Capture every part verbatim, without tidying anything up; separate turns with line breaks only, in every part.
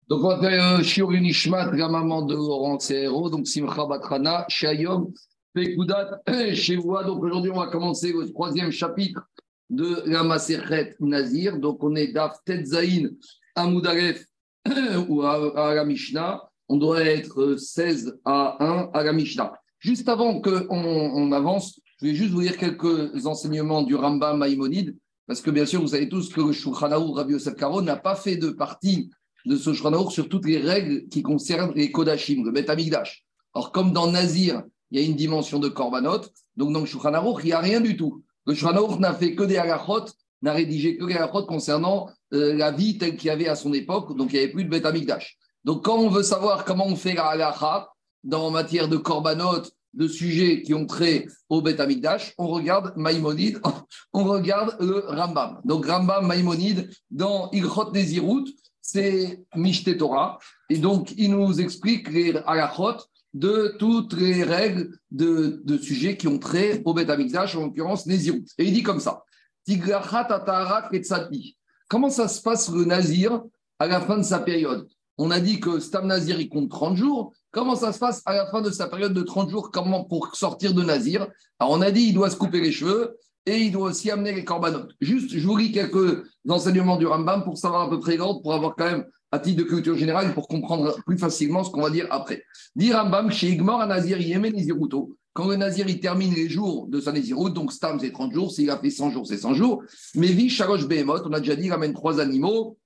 Donc, on va faire euh, Shiur Nishmat, la maman de Laurent Serrero, donc Simcha Batrana, Shayom, Pekudat, Shevoua. Donc, aujourd'hui, on va commencer le troisième chapitre de la Maserhet Nazir. Donc, on est Daf Tetzaïn Amoud Aleph ou à, à la Mishnah. On doit être euh, seize à un à la Mishnah. Juste avant qu'on on avance, je vais juste vous lire quelques enseignements du Rambam Maïmonide, parce que bien sûr, vous savez tous que le Shulchan Aruch Rabbi Yosef Karo n'a pas fait de partie de ce Shulchan Aruch sur toutes les règles qui concernent les Kodashim, le Bet Amikdash. Or, comme dans Nazir, il y a une dimension de Korbanot, donc dans le Shulchan Aruch, il n'y a rien du tout. Le Shulchan Aruch n'a fait que des halachot, n'a rédigé que des halachot concernant euh, la vie telle qu'il y avait à son époque, donc il n'y avait plus de Bet Amikdash. Donc, quand on veut savoir comment on fait la halacha dans matière de Korbanot, de sujets qui ont trait au Bet Amikdash, on regarde Maïmonide, on regarde le Rambam. Donc, Rambam Maïmonide, dans Ilchot Nezirut, c'est Mishte Torah. Et donc, il nous explique les halachot de toutes les règles de, de sujets qui ont trait au Bet Amikdash, en l'occurrence Nezirut. Et il dit comme ça, Tigrachat Atara Ketzati. Comment ça se passe le Nazir à la fin de sa période? On a dit que Stam Nazir, il compte trente jours. Comment ça se passe à la fin de sa période de trente jours? Comment pour sortir de Nazir? Alors, on a dit il doit se couper les cheveux et il doit aussi amener les corbanotes. Juste, je vous lis quelques enseignements du Rambam pour savoir à peu près l'ordre, pour avoir quand même, à titre de culture générale, pour comprendre plus facilement ce qu'on va dire après. Dit Rambam, chez Igmor à Nazir, Yémen Naziruto. Quand le Nazir, il termine les jours de sa Nazirut, donc Stam, c'est trente jours. S'il a fait cent jours, c'est cent jours. Mais Vi, Shalosh Behemot, on a déjà dit, il ramène trois animaux.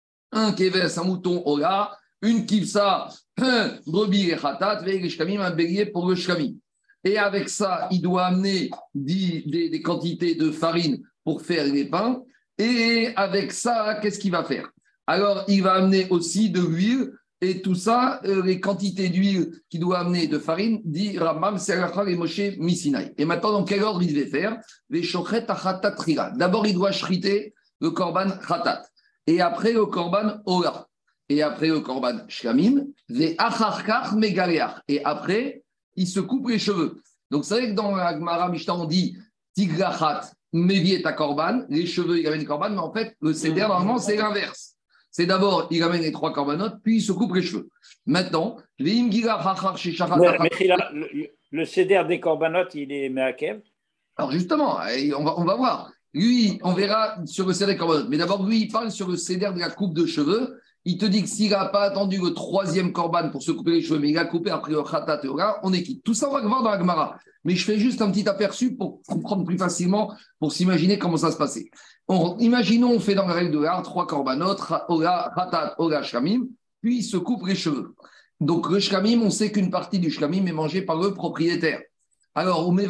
Un keves, un mouton ola, une kivsa, un brebis et khatat, un bélier pour le shkamim. Et avec ça, il doit amener des, des, des quantités de farine pour faire les pains. Et avec ça, qu'est-ce qu'il va faire? Alors, il va amener aussi de l'huile. Et tout ça, euh, les quantités d'huile qu'il doit amener de farine, dit Rambam, c'est et Moshe Misinaï. Et maintenant, dans quel ordre il devait faire? Les shochet khatat trila. D'abord, il doit shriter le korban khatat. Et après le korban ola. Et après le korban shlamim, les acharkar megaleach. Et après, il se coupe les cheveux. Donc, c'est vrai que dans la Gemara Mishnah, on dit tigrachat, mevi et ta korban, les cheveux, il amène le korban, mais en fait, le seder, normalement, c'est l'inverse. C'est d'abord, il amène les trois corbanotes, puis il se coupe les cheveux. Maintenant, veim giga chachar chez shachat.
Mais le, le, le seder des corbanotes, il est meakev.
Alors, justement, on va, on va voir. Lui, on verra sur le céder korbanot. Mais d'abord, lui, il parle sur le céder de la coupe de cheveux. Il te dit que s'il n'a pas attendu le troisième korban pour se couper les cheveux, mais il a coupé après le khatat et ola, on est quitte. Tout ça, on va le voir dans la Gemara. Mais je fais juste un petit aperçu pour comprendre plus facilement, pour s'imaginer comment ça se passait. On, imaginons, on fait dans la règle de l'art trois korbanot, ola, khatat, ola, shkamim, puis il se coupe les cheveux. Donc, le shkamim, on sait qu'une partie du shkamim est mangée par le propriétaire. Alors, donc,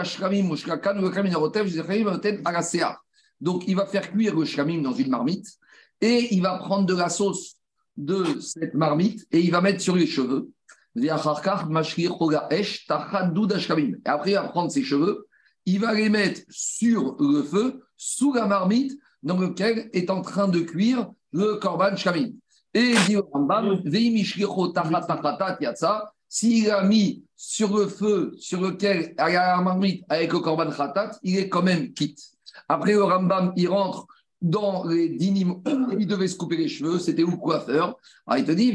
il va faire cuire le shkamim dans une marmite et il va prendre de la sauce de cette marmite et il va mettre sur les cheveux. Et après, il va prendre ses cheveux, il va les mettre sur le feu, sous la marmite dans laquelle est en train de cuire le korban shkamim. Et il dit au Rambam, s'il a mis sur le feu, sur lequel, à la marmite, avec le korban khatat, il est quand même quitte. Après, le Rambam, il rentre dans les dinim, il devait se couper les cheveux, c'était où le coiffeur? Alors, il te dit,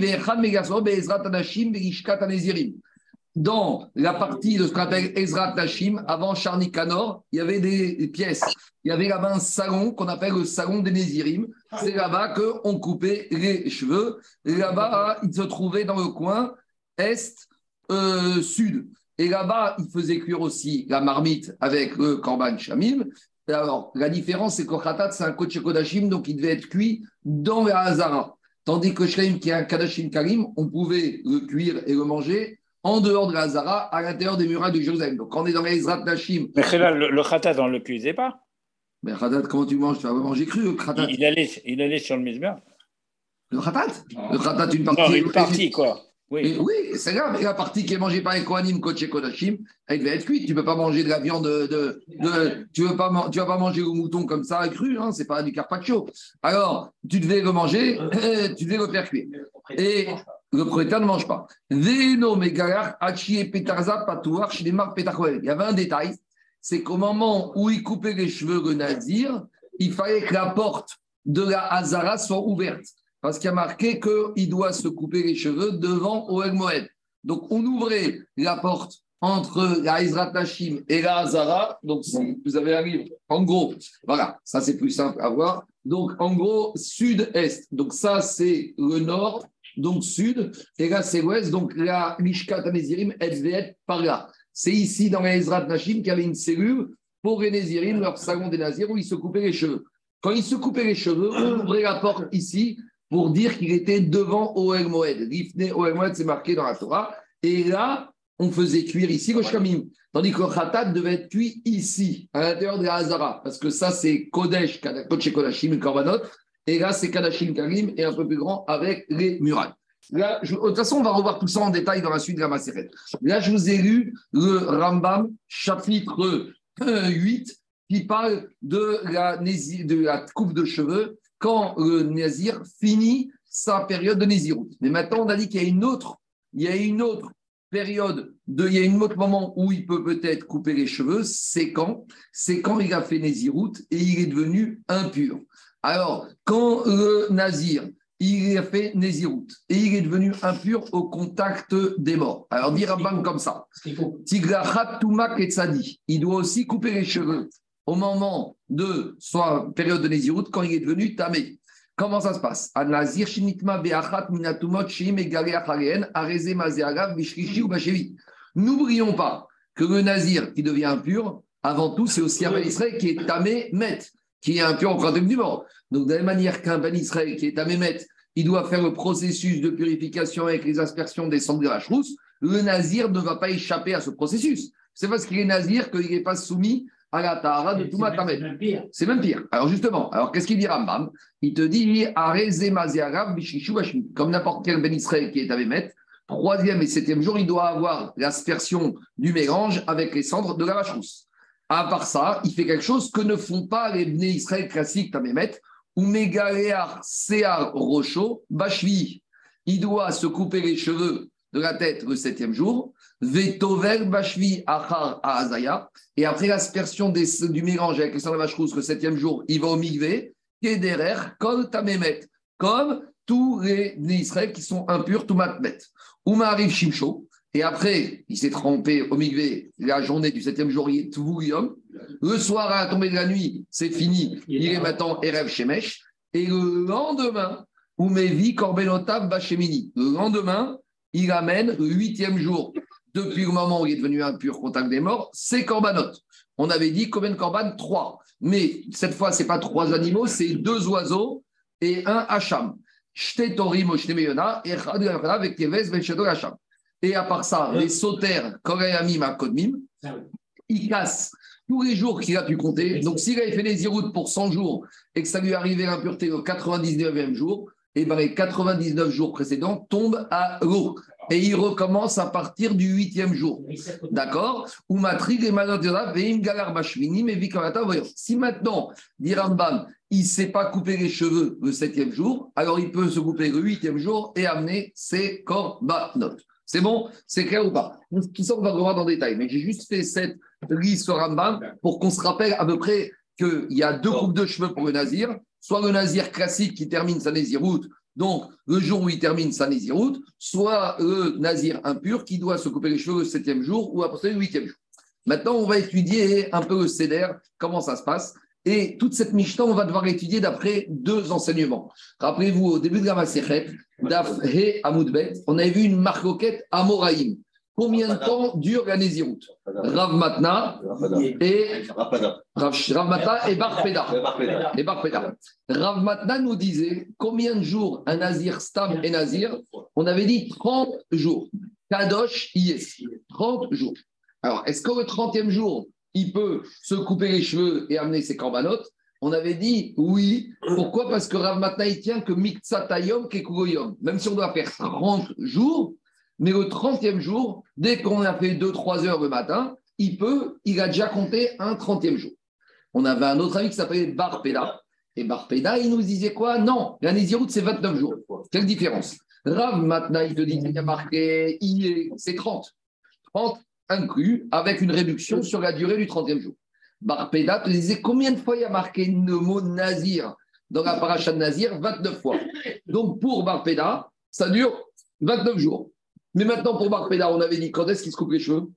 dans la partie de ce qu'on appelle Ezrat Nashim, avant Charni Kanor, il y avait des pièces. Il y avait là-bas un salon qu'on appelle le salon des Nézirim. C'est là-bas qu'on coupait les cheveux. Et là-bas, il se trouvait dans le coin est, euh, sud. Et là-bas, il faisait cuire aussi la marmite avec le korban shamim. Et alors, la différence, c'est que le khatat, c'est un kodesh kodashim, donc il devait être cuit dans la hazara. Tandis que shlamim, qui est un kadashim karim, on pouvait le cuire et le manger en dehors de la hazara, à l'intérieur des murailles de Jérusalem. Donc, quand on est dans les Ezrat Nashim.
Mais là, le, le khatat, on ne le cuisait pas.
Mais le khatat, comment tu manges? Tu vas manger cru, le khatat.
Il, il, allait, il allait sur le misbah.
Le khatat? Le khatat, une partie.
Non, une partie, quoi.
Oui, et oui, c'est grave. Et la partie qui est mangée par les Kohanim, Kodesh Kodashim, elle devait être cuite. Tu ne peux pas manger de la viande de. de, de tu ne vas pas manger le mouton comme ça, cru, hein, ce n'est pas du carpaccio. Alors, tu devais le manger, tu devais le faire cuire. Et le propriétaire ne mange pas. Il y avait un détail, c'est qu'au moment où il coupait les cheveux le nazir, il fallait que la porte de la Hazara soit ouverte. Parce qu'il y a marqué qu'il doit se couper les cheveux devant Ohel Moed. Donc, on ouvrait la porte entre la Ezrat Nashim et la Hazara. Donc, si vous avez un livre, en gros, voilà, ça c'est plus simple à voir. Donc, en gros, sud-est. Donc, ça c'est le nord, donc sud. Et là, c'est l'ouest. Donc, la Lishkat Hanézirim, elle devait être par là. C'est ici, dans la Ezrat Nashim, qu'il y avait une cellule pour les Nézirim, leur salon des Nazirs, où ils se coupaient les cheveux. Quand ils se coupaient les cheveux, on ouvrait la porte ici pour dire qu'il était devant Ohel Moed. Rifne Ohel Moed, c'est marqué dans la Torah. Et là, on faisait cuire ici le shkamim. Tandis que le khatat devait être cuit ici, à l'intérieur de la Hazara. Parce que ça, c'est Kodesh, Kodesh Kodashim, le Korbanot. Et là, c'est Kadashim Karim, et un peu plus grand avec les murailles. Là, je, de toute façon, on va revoir tout ça en détail dans la suite de la Maseret. Là, je vous ai lu le Rambam, chapitre huit, qui parle de la, de la coupe de cheveux quand le Nazir finit sa période de Nézirout. Mais maintenant, on a dit qu'il y a une autre, il y a une autre période, de, il y a un autre moment où il peut peut-être couper les cheveux, c'est quand C'est quand il a fait Nézirout et il est devenu impur. Alors, quand le Nazir, il a fait Nézirout et il est devenu impur au contact des morts. Alors, dire Rambam comme ça. Tigrachat Tumak et Tzadi, il doit aussi couper les cheveux au moment de sa période de Nézirout quand il est devenu Tamé. Comment ça se passe? Nazir shinitma be'achat minatumot shim egale achareen areze mazeagav bishrishi ou bachevi. N'oublions pas que le Nazir qui devient impur, avant tout, c'est aussi un Ben Israël qui est Tamé Met, qui est impur au contact du mort. Donc, de la même manière qu'un Ben Israël qui est Tamé Met, il doit faire le processus de purification avec les aspersions des cendres de la chrousse, le Nazir ne va pas échapper à ce processus. C'est parce qu'il est Nazir qu'il n'est pas soumis à la tahara de Touma Tamet. C'est même pire. Alors justement, alors qu'est-ce qu'il dit Rambam? Il te dit comme n'importe quel Ben Israël qui est à Bémet, troisième et septième jour, il doit avoir l'aspersion du mélange avec les cendres de la vache rousse. À part ça, il fait quelque chose que ne font pas les Ben Israël classiques à Bémet, ou Megaléar Sear Rocho Bashvi. Il doit se couper les cheveux de la tête le septième jour. Vetovel Bashvi Achar Azaya. Et après l'aspersion des, du mélange avec les cendres de la vache rousse, le septième jour, il va au Migvé, Kederer, Kol Tamemet, comme tous les Israël qui sont impurs, tout matmet. Ouma arrive Shimsho, et après, il s'est trempé au Migvé, la journée du septième jour, il est Tvurium. Le soir, à la tombée de la nuit, c'est fini, il est maintenant Erev Shemesh. Et le lendemain, Oumevi Korbenotav Bashemini. Le lendemain, il amène le huitième jour. Depuis le moment où il est devenu impur, contact des morts, c'est Korbanot. On avait dit combien de Korban? Trois. Mais cette fois, ce n'est pas trois animaux, c'est deux oiseaux et un hacham. Et à part ça, les sautères, Koréamim, Akodmim, il casse tous les jours qu'il a pu compter. Donc, s'il avait fait les Ziroutes pour cent jours et que ça lui arrivait l'impureté au quatre-vingt-dix-neuvième jour, et bien les quatre-vingt-dix-neuf jours précédents tombent à l'eau. Et il recommence à partir du huitième jour. D'accord? Si maintenant, dit Rambam, il ne s'est pas coupé les cheveux le septième jour, alors il peut se couper le huitième jour et amener ses korbanot. C'est bon? C'est clair ou pas? Tout ça, on va revoir dans le détail. Mais j'ai juste fait cette liste sur Rambam pour qu'on se rappelle à peu près qu'il y a deux coupes de cheveux pour le nazir. Soit le nazir classique qui termine sa naziroute, donc le jour où il termine sa naziroute, soit le nazir impur qui doit se couper les cheveux le septième jour ou après le huitième jour. Maintenant, on va étudier un peu le Seder, comment ça se passe. Et toute cette Mishnah, on va devoir l'étudier d'après deux enseignements. Rappelez-vous, au début de la Masechet, Daf He Amoudbet, on avait vu une marcoquette Amoraïm. Combien de temps dure la Néziroute? Rav Matna et Rav, Rav Matna et Bar Peda. Et Bar Peda. Rav Matna nous disait combien de jours un Nazir Stam et Nazir? On avait dit trente jours. Kadosh Yes. trente jours. Alors, est-ce que le trentième jour, il peut se couper les cheveux et amener ses corbanotes? On avait dit oui. Pourquoi? Parce que Rav Matna, il tient que Miktsatayom Kekugoyom. Même si on doit faire trente jours, mais le trentième jour, dès qu'on a fait deux trois heures le matin, il peut, il a déjà compté un trentième jour. On avait un autre ami qui s'appelait Bar Peda. Et Bar Peda, il nous disait quoi? Non, la Néziroute, c'est vingt-neuf jours. Quelle différence? Rav Matna, il te dit qu'il y a marqué, il est, c'est trente. trente inclus, avec une réduction sur la durée du trentième jour. Bar Peda te disait combien de fois il y a marqué le mot Nazir dans la paracha de Nazir vingt-neuf fois. Donc pour Barpeda, ça dure vingt-neuf jours. Mais maintenant pour Barpeda, on avait dit quand est-ce qu'il se coupe les cheveux?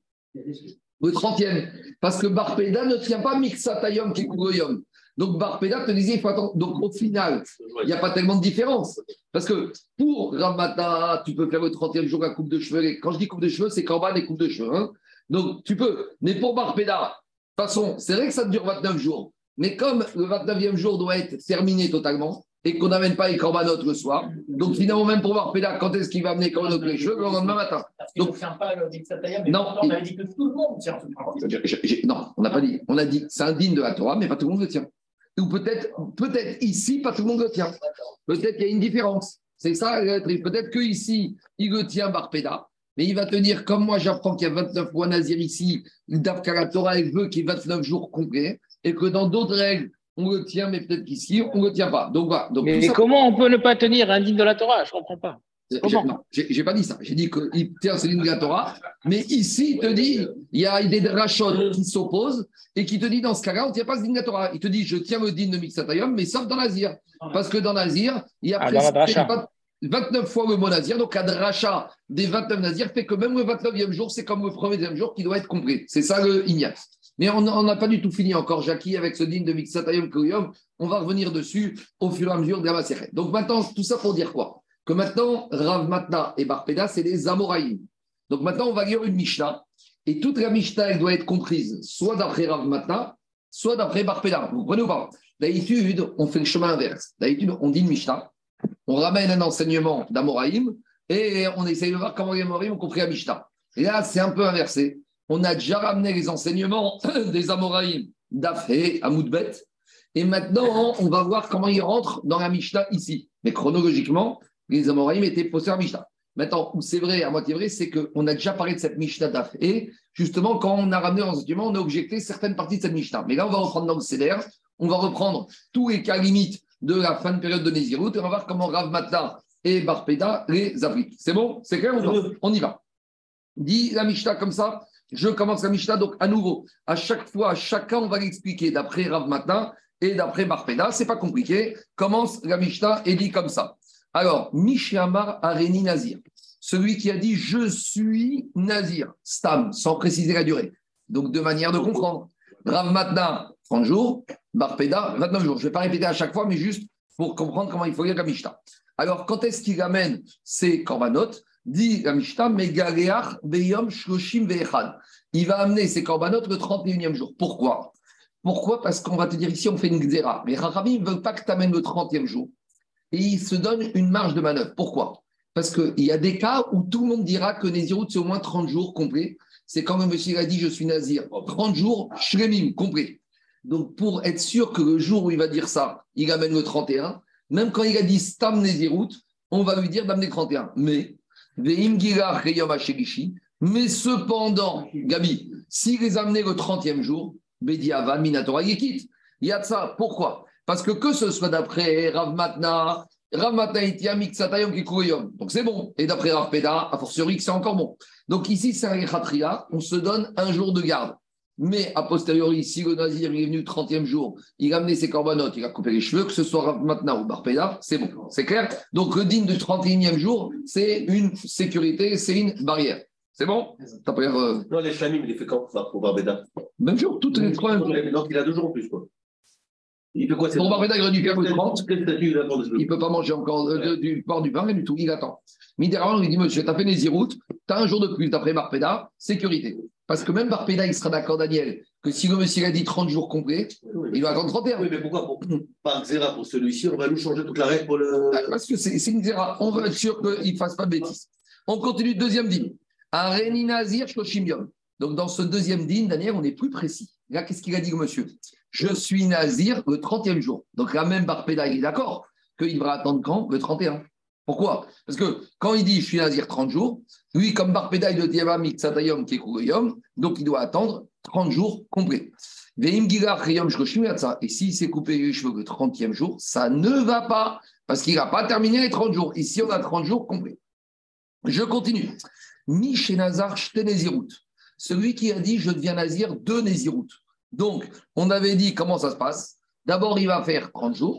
Le trentième. Parce que Barpeda ne tient pas Mixatayom qui Kougoyom. Donc Barpeda te disait, il faut attendre. Donc au final, il n'y a pas tellement de différence. Parce que pour Ramata, tu peux faire le trentième jour la coupe de cheveux. Et quand je dis coupe de cheveux, c'est Corban et coupe de cheveux. Hein. Donc tu peux. Mais pour Barpeda, de toute façon, c'est vrai que ça dure vingt-neuf jours. Mais comme le vingt-neuvième jour doit être terminé totalement et qu'on n'amène pas les corbanotes le soir, donc finalement, même pour Barpeda, quand est-ce qu'il va amener les corbanotes les cheveux? Le lendemain matin.
Parce qu'il ne tient pas le Dixatayam, mais
non,
pourtant, on avait dit que tout le monde tient.
Je, je, non, on n'a pas dit. On a dit c'est un digne de la Torah, mais pas tout le monde le tient. Ou peut-être, peut-être ici, pas tout le monde le tient. Peut-être qu'il y a une différence. C'est ça, peut-être qu'ici, il le tient Barpeda, mais il va te dire, comme moi j'apprends qu'il y a vingt-neuf mois Nazir ici, d'après la Torah, elle veut qu'il y ait vingt-neuf jours complets, et que dans d'autres règles, on le tient, mais peut-être qu'ici, on ne le tient pas. Donc voilà. Donc,
mais comment on peut ne pas tenir un digne de la Torah? Je ne comprends pas.
Comment? Non, j'ai, j'ai pas dit ça. J'ai dit qu'il tient ce digne de la Torah, mais ici, il te dit, il y a des drachot qui s'opposent et qui te dit, dans ce cas-là, on ne tient pas ce digne de la Torah. Il te dit, je tiens le digne de Mixatayom, mais sauf dans Nazir. Parce que dans Nazir, il y a
ah,
presque vingt-neuf fois le mot Nazir. Donc, la dracha des vingt-neuf Nazir fait que même le vingt-neuvième jour, c'est comme le premier jour qui doit être complet. C'est ça le Ignat. Mais on n'a pas du tout fini encore, Jackie, avec ce digne de Mixatayom Kouyom. On va revenir dessus au fur et à mesure de la Maseret. Donc maintenant, tout ça pour dire quoi? Que maintenant, Rav Matna et Barpeda, c'est des Amoraïm. Donc maintenant, on va lire une Mishnah. Et toute la Mishnah, elle doit être comprise soit d'après Rav Matna, soit d'après Barpeda. Vous comprenez ou pas? D'habitude, on fait le chemin inverse. D'habitude, on dit une Mishnah, on ramène un enseignement d'Amoraïm et on essaye de voir comment les Amoraïm ont compris la Mishnah. Et là, c'est un peu inversé. On a déjà ramené les enseignements des Amoraïm d'Afé à Moudbet. Et maintenant, on va voir comment ils rentrent dans la Mishnah ici. Mais chronologiquement, les Amoraïm étaient posés à Mishnah. Maintenant, où c'est vrai, à moitié vrai, c'est qu'on a déjà parlé de cette Mishnah d'Af. Et justement, quand on a ramené l'enseignement, on a objecté certaines parties de cette Mishnah. Mais là, on va reprendre dans le C D R, on va reprendre tous les cas limites de la fin de période de Nézirut et on va voir comment Rav Matna et Barpeda les appliquent. C'est bon? C'est clair? On y va. Dit la Mishnah comme ça. Je commence la Mishnah, donc à nouveau, à chaque fois, à chacun, on va l'expliquer d'après Rav Matna et d'après Barpeda. C'est pas compliqué. Commence la Mishnah et dit comme ça. Alors, Mishamar Areni Nazir, celui qui a dit je suis Nazir, Stam, sans préciser la durée. Donc, deux manières de comprendre. Rav Matna, trente jours, Barpeda, vingt-neuf jours. Je ne vais pas répéter à chaque fois, mais juste pour comprendre comment il faut lire la Mishnah. Alors, quand est-ce qu'il amène ces korbanot? Dit la Mishnah, Megaleach Beyom Shloshim Ve'echad. Il va amener ces korbanot le trente et unième jour. Pourquoi? Pourquoi? Parce qu'on va te dire ici, on fait une xéra. Mais Rachamim ne veut pas que tu amènes le trentième jour. Et il se donne une marge de manœuvre. Pourquoi? Parce qu'il y a des cas où tout le monde dira que Nézirut, c'est au moins trente jours complets. C'est quand le monsieur a dit je suis Nazir. trente jours, Shlemim, complet. Donc, pour être sûr que le jour où il va dire ça, il amène le trente et un, même quand il a dit Stam Nézirut, on va lui dire d'amener le trente et un. Mais, mais cependant, Gabi, s'il les amenait le trentième jour, Bediava, Minatora, Yekit. Il y a de ça. Pourquoi? Parce que que ce soit d'après Rav Matna, Rav Matna Itia, Mixatayom, Kikouyom. Donc c'est bon. Et d'après Rav Peda, a fortiori que c'est encore bon. Donc ici, c'est un Echatria, on se donne un jour de garde. Mais a posteriori, si le Nazir est venu le trentième jour, il a amené ses corbanotes, il a coupé les cheveux, que ce soit Rav Matna ou Barpeda, c'est bon. C'est clair? Donc le digne du trente et unième jour, c'est une sécurité, c'est une barrière. C'est bon? T'as pas l'air, euh...
Non, les Shlamim, il est fait quand pour Barbeda?
Même jour, toutes les trois mêmes jours.
Donc il a deux jours en plus, quoi. Il fait quoi?
Pour Barbeda, il aurait dû faire le trente.
Quel statut il attend?
Il ne peut pas manger encore euh, du porc du pain, rien du tout. Il attend. Midéralement, il lui dit monsieur, tu as fait Nézirut, tu as un jour de plus d'après Barpeda, sécurité. Parce que même Barpeda, il sera d'accord, Daniel, que si le monsieur a dit trente jours complets, oui, il doit attendre trente et un.
Oui, mais pourquoi pour, par Xéra pour celui-ci, on va nous changer toute la règle pour le.
Parce que c'est, c'est une Xéra. On veut être sûr qu'il ne fasse pas de bêtises. On continue, deuxième dîme. Un Réni Nazir Shloshim Yom. Donc, dans ce deuxième dîme, Daniel, on est plus précis. Là, qu'est-ce qu'il a dit, monsieur? Je suis Nazir le trentième jour. Donc, là même Barpeda, il est d'accord qu'il devra attendre quand? Le trente et un. Pourquoi? Parce que quand il dit je suis Nazir trente jours, lui, comme Barpeda, il doit dire Mixatayom qui est Kougoyom, donc il doit attendre trente jours complets. Et s'il s'est coupé les cheveux le trentième jour, ça ne va pas, parce qu'il n'a pas terminé les trente jours. Ici, on a trente jours complets. Je continue. Miché Nazar Shtenezirut. Celui qui a dit je deviens Nazir de Nézirut. Donc, on avait dit comment ça se passe. D'abord, il va faire trente jours.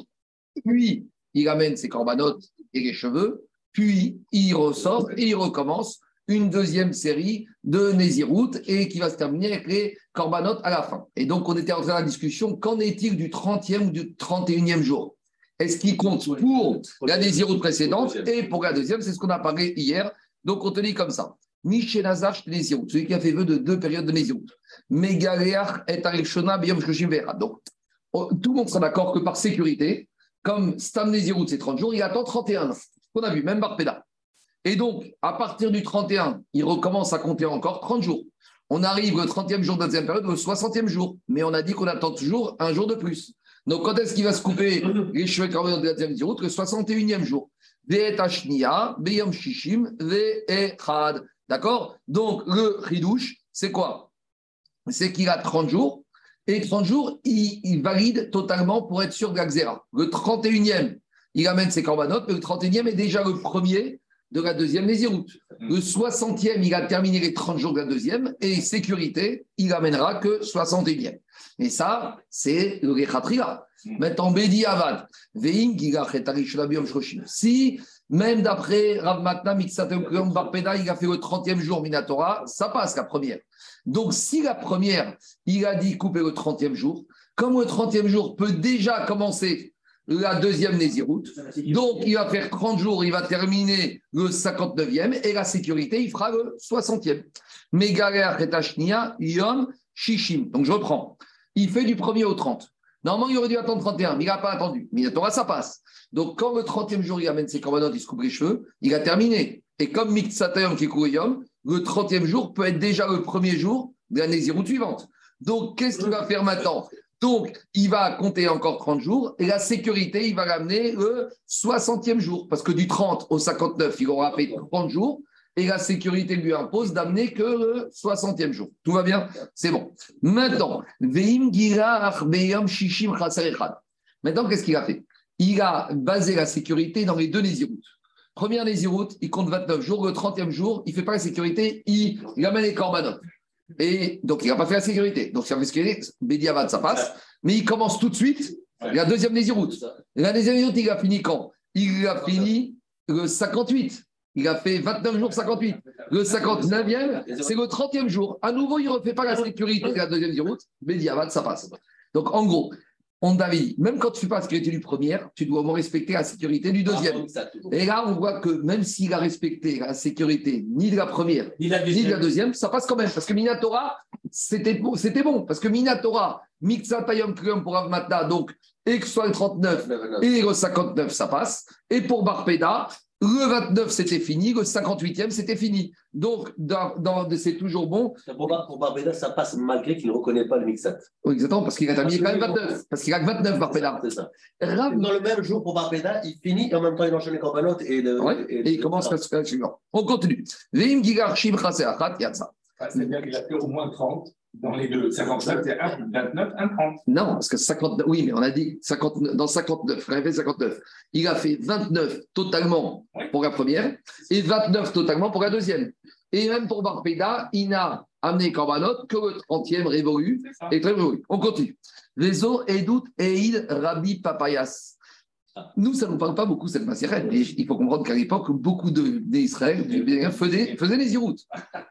puis il amène ses corbanotes et les cheveux, puis il ressort et il recommence une deuxième série de Nézirut et qui va se terminer avec les corbanotes à la fin. Et donc, on était en train de la discussion, qu'en est-il du trentième ou du trente et unième jour? Est-ce qu'il compte pour la Nézirut précédente et pour la deuxième? C'est ce qu'on a parlé hier. Donc, on te dit comme ça. Miché Nazar, Nézirut, celui qui a fait vœu de deux périodes de Nézirut. Megaléach et Arishona, Biyom Shloshim Vera. Donc, tout le monde sera d'accord que par sécurité, comme Stam Nézirut, c'est trente jours, il attend trente et un ans. On a vu, même Barpéda. Et donc, à partir du trente et un, il recommence à compter encore trente jours. On arrive le trentième jour de la deuxième période, le soixantième jour. Mais on a dit qu'on attend toujours un jour de plus. Donc, quand est-ce qu'il va se couper les cheveux de la deuxième Nézirut? Le soixante et unième jour. Ve'et Ashniya, Beyom Shishim, Ve'echad. D'accord? Donc, le Chidouche, c'est quoi? C'est qu'il a trente jours. Et trente jours, il, il valide totalement pour être sûr de la Xéra. Le trente et unième, il amène ses corbanotes, mais le trente et unième est déjà le premier de la deuxième Nézirut. Le soixantième, il a terminé les trente jours de la deuxième, et sécurité, il amènera que soixante et unième. Et ça, c'est le Rechatria. Maintenant, Bedi Avad, Veim Gigach et Arisholabiom Shloshim. Si, même d'après Rav Matna, Miksateokriom Barpeda, il a fait le trentième jour Minatora, ça passe la première. Donc, si la première, il a dit couper le trentième jour, comme le trentième jour peut déjà commencer la deuxième Nézirut, donc il va faire trente jours, il va terminer le cinquante-neuvième, et la sécurité, il fera le soixantième. Megaler Retashnia, Yom, Shishim. Donc, je reprends. Il fait du premier au trente. Normalement, il aurait dû attendre trente et un, mais il n'a pas attendu. Minatora, ça passe. Donc, quand le trentième jour, il amène ses corbanotes, il se coupe les cheveux, il a terminé. Et comme Miksatayom qui est Yom, le trentième jour peut être déjà le premier jour de la Nézirut suivante. Donc, qu'est-ce qu'il va faire maintenant? Donc, il va compter encore trente jours et la sécurité, il va l'amener le soixantième jour. Parce que du trente au cinquante-neuf, il aura fait trente jours et la sécurité lui impose d'amener que le soixantième jour. Tout va bien? C'est bon. Maintenant, Veim Gira Beyom Shishim Chaserechad. Maintenant, qu'est-ce qu'il a fait? Il a basé la sécurité dans les deux Nézirut. Première Nézirut, il compte vingt-neuf jours. Le trentième jour, il ne fait pas la sécurité, il, il amène les corbanotes. Et donc, il n'a pas fait la sécurité. Donc, si on fait sécurité, Bédiavad, ça passe. Mais il commence tout de suite la deuxième Nézirut. La deuxième Nézirut, il a fini quand? Il a fini le cinquante-huit. Il a fait vingt-neuf jours, cinquante-huit. Le cinquante-neuvième, c'est le trentième jour. À nouveau, il ne refait pas la sécurité de la deuxième Nézirut. Bédiavad, ça passe. Donc, en gros, on t'avait dit, même quand tu ne fais pas la sécurité du premier, tu dois au moins respecter la sécurité du deuxième. Et là, on voit que même s'il a respecté la sécurité ni de la première, ni, la ni de la deuxième, ça passe quand même. Parce que Minatora, c'était bon, c'était bon. Parce que Minatora, Miksatayom Kriom pour Avmatna, donc, et que ce soit le trente-neuf et le cinquante-neuf, ça passe. Et pour Barpeda, le vingt-neuf, c'était fini. Le cinquante-huitième, c'était fini. Donc, dans, dans, c'est toujours bon.
Pour, Bar, pour Barbeda, ça passe malgré qu'il ne reconnaît pas le Mixat.
Oui, exactement, parce qu'il a terminé quand même vingt-neuf. Parce qu'il a que vingt-neuf, Barbeda.
C'est ça. Rav... Dans le même jour, pour Barbeda, il finit et en même temps, il enchaîne les corbanotes. Et, le,
ouais, et, et il commence le suivant. On continue. Veim Gigar Shim Chaseachat, il y a ça.
C'est-à-dire qu'il a fait au moins trente dans les deux. cinquante-neuf, c'est un vingt-neuf, un trente.
Non, parce que cinquante-neuf, oui, mais on a dit cinquante-neuf, dans cinquante-neuf, il a fait cinquante-neuf. Il a fait vingt-neuf totalement oui. pour la première et vingt-neuf totalement pour la deuxième. Et même pour Barpeda, il n'a amené Korbanot que le trentième révolu et très révolu. On continue. Réseau Edout Eid Rabbi Papayas. Nous, ça ne nous parle pas beaucoup cette massérette, mais il faut comprendre qu'à l'époque, beaucoup d'Israël faisaient, faisaient les Ziroutes.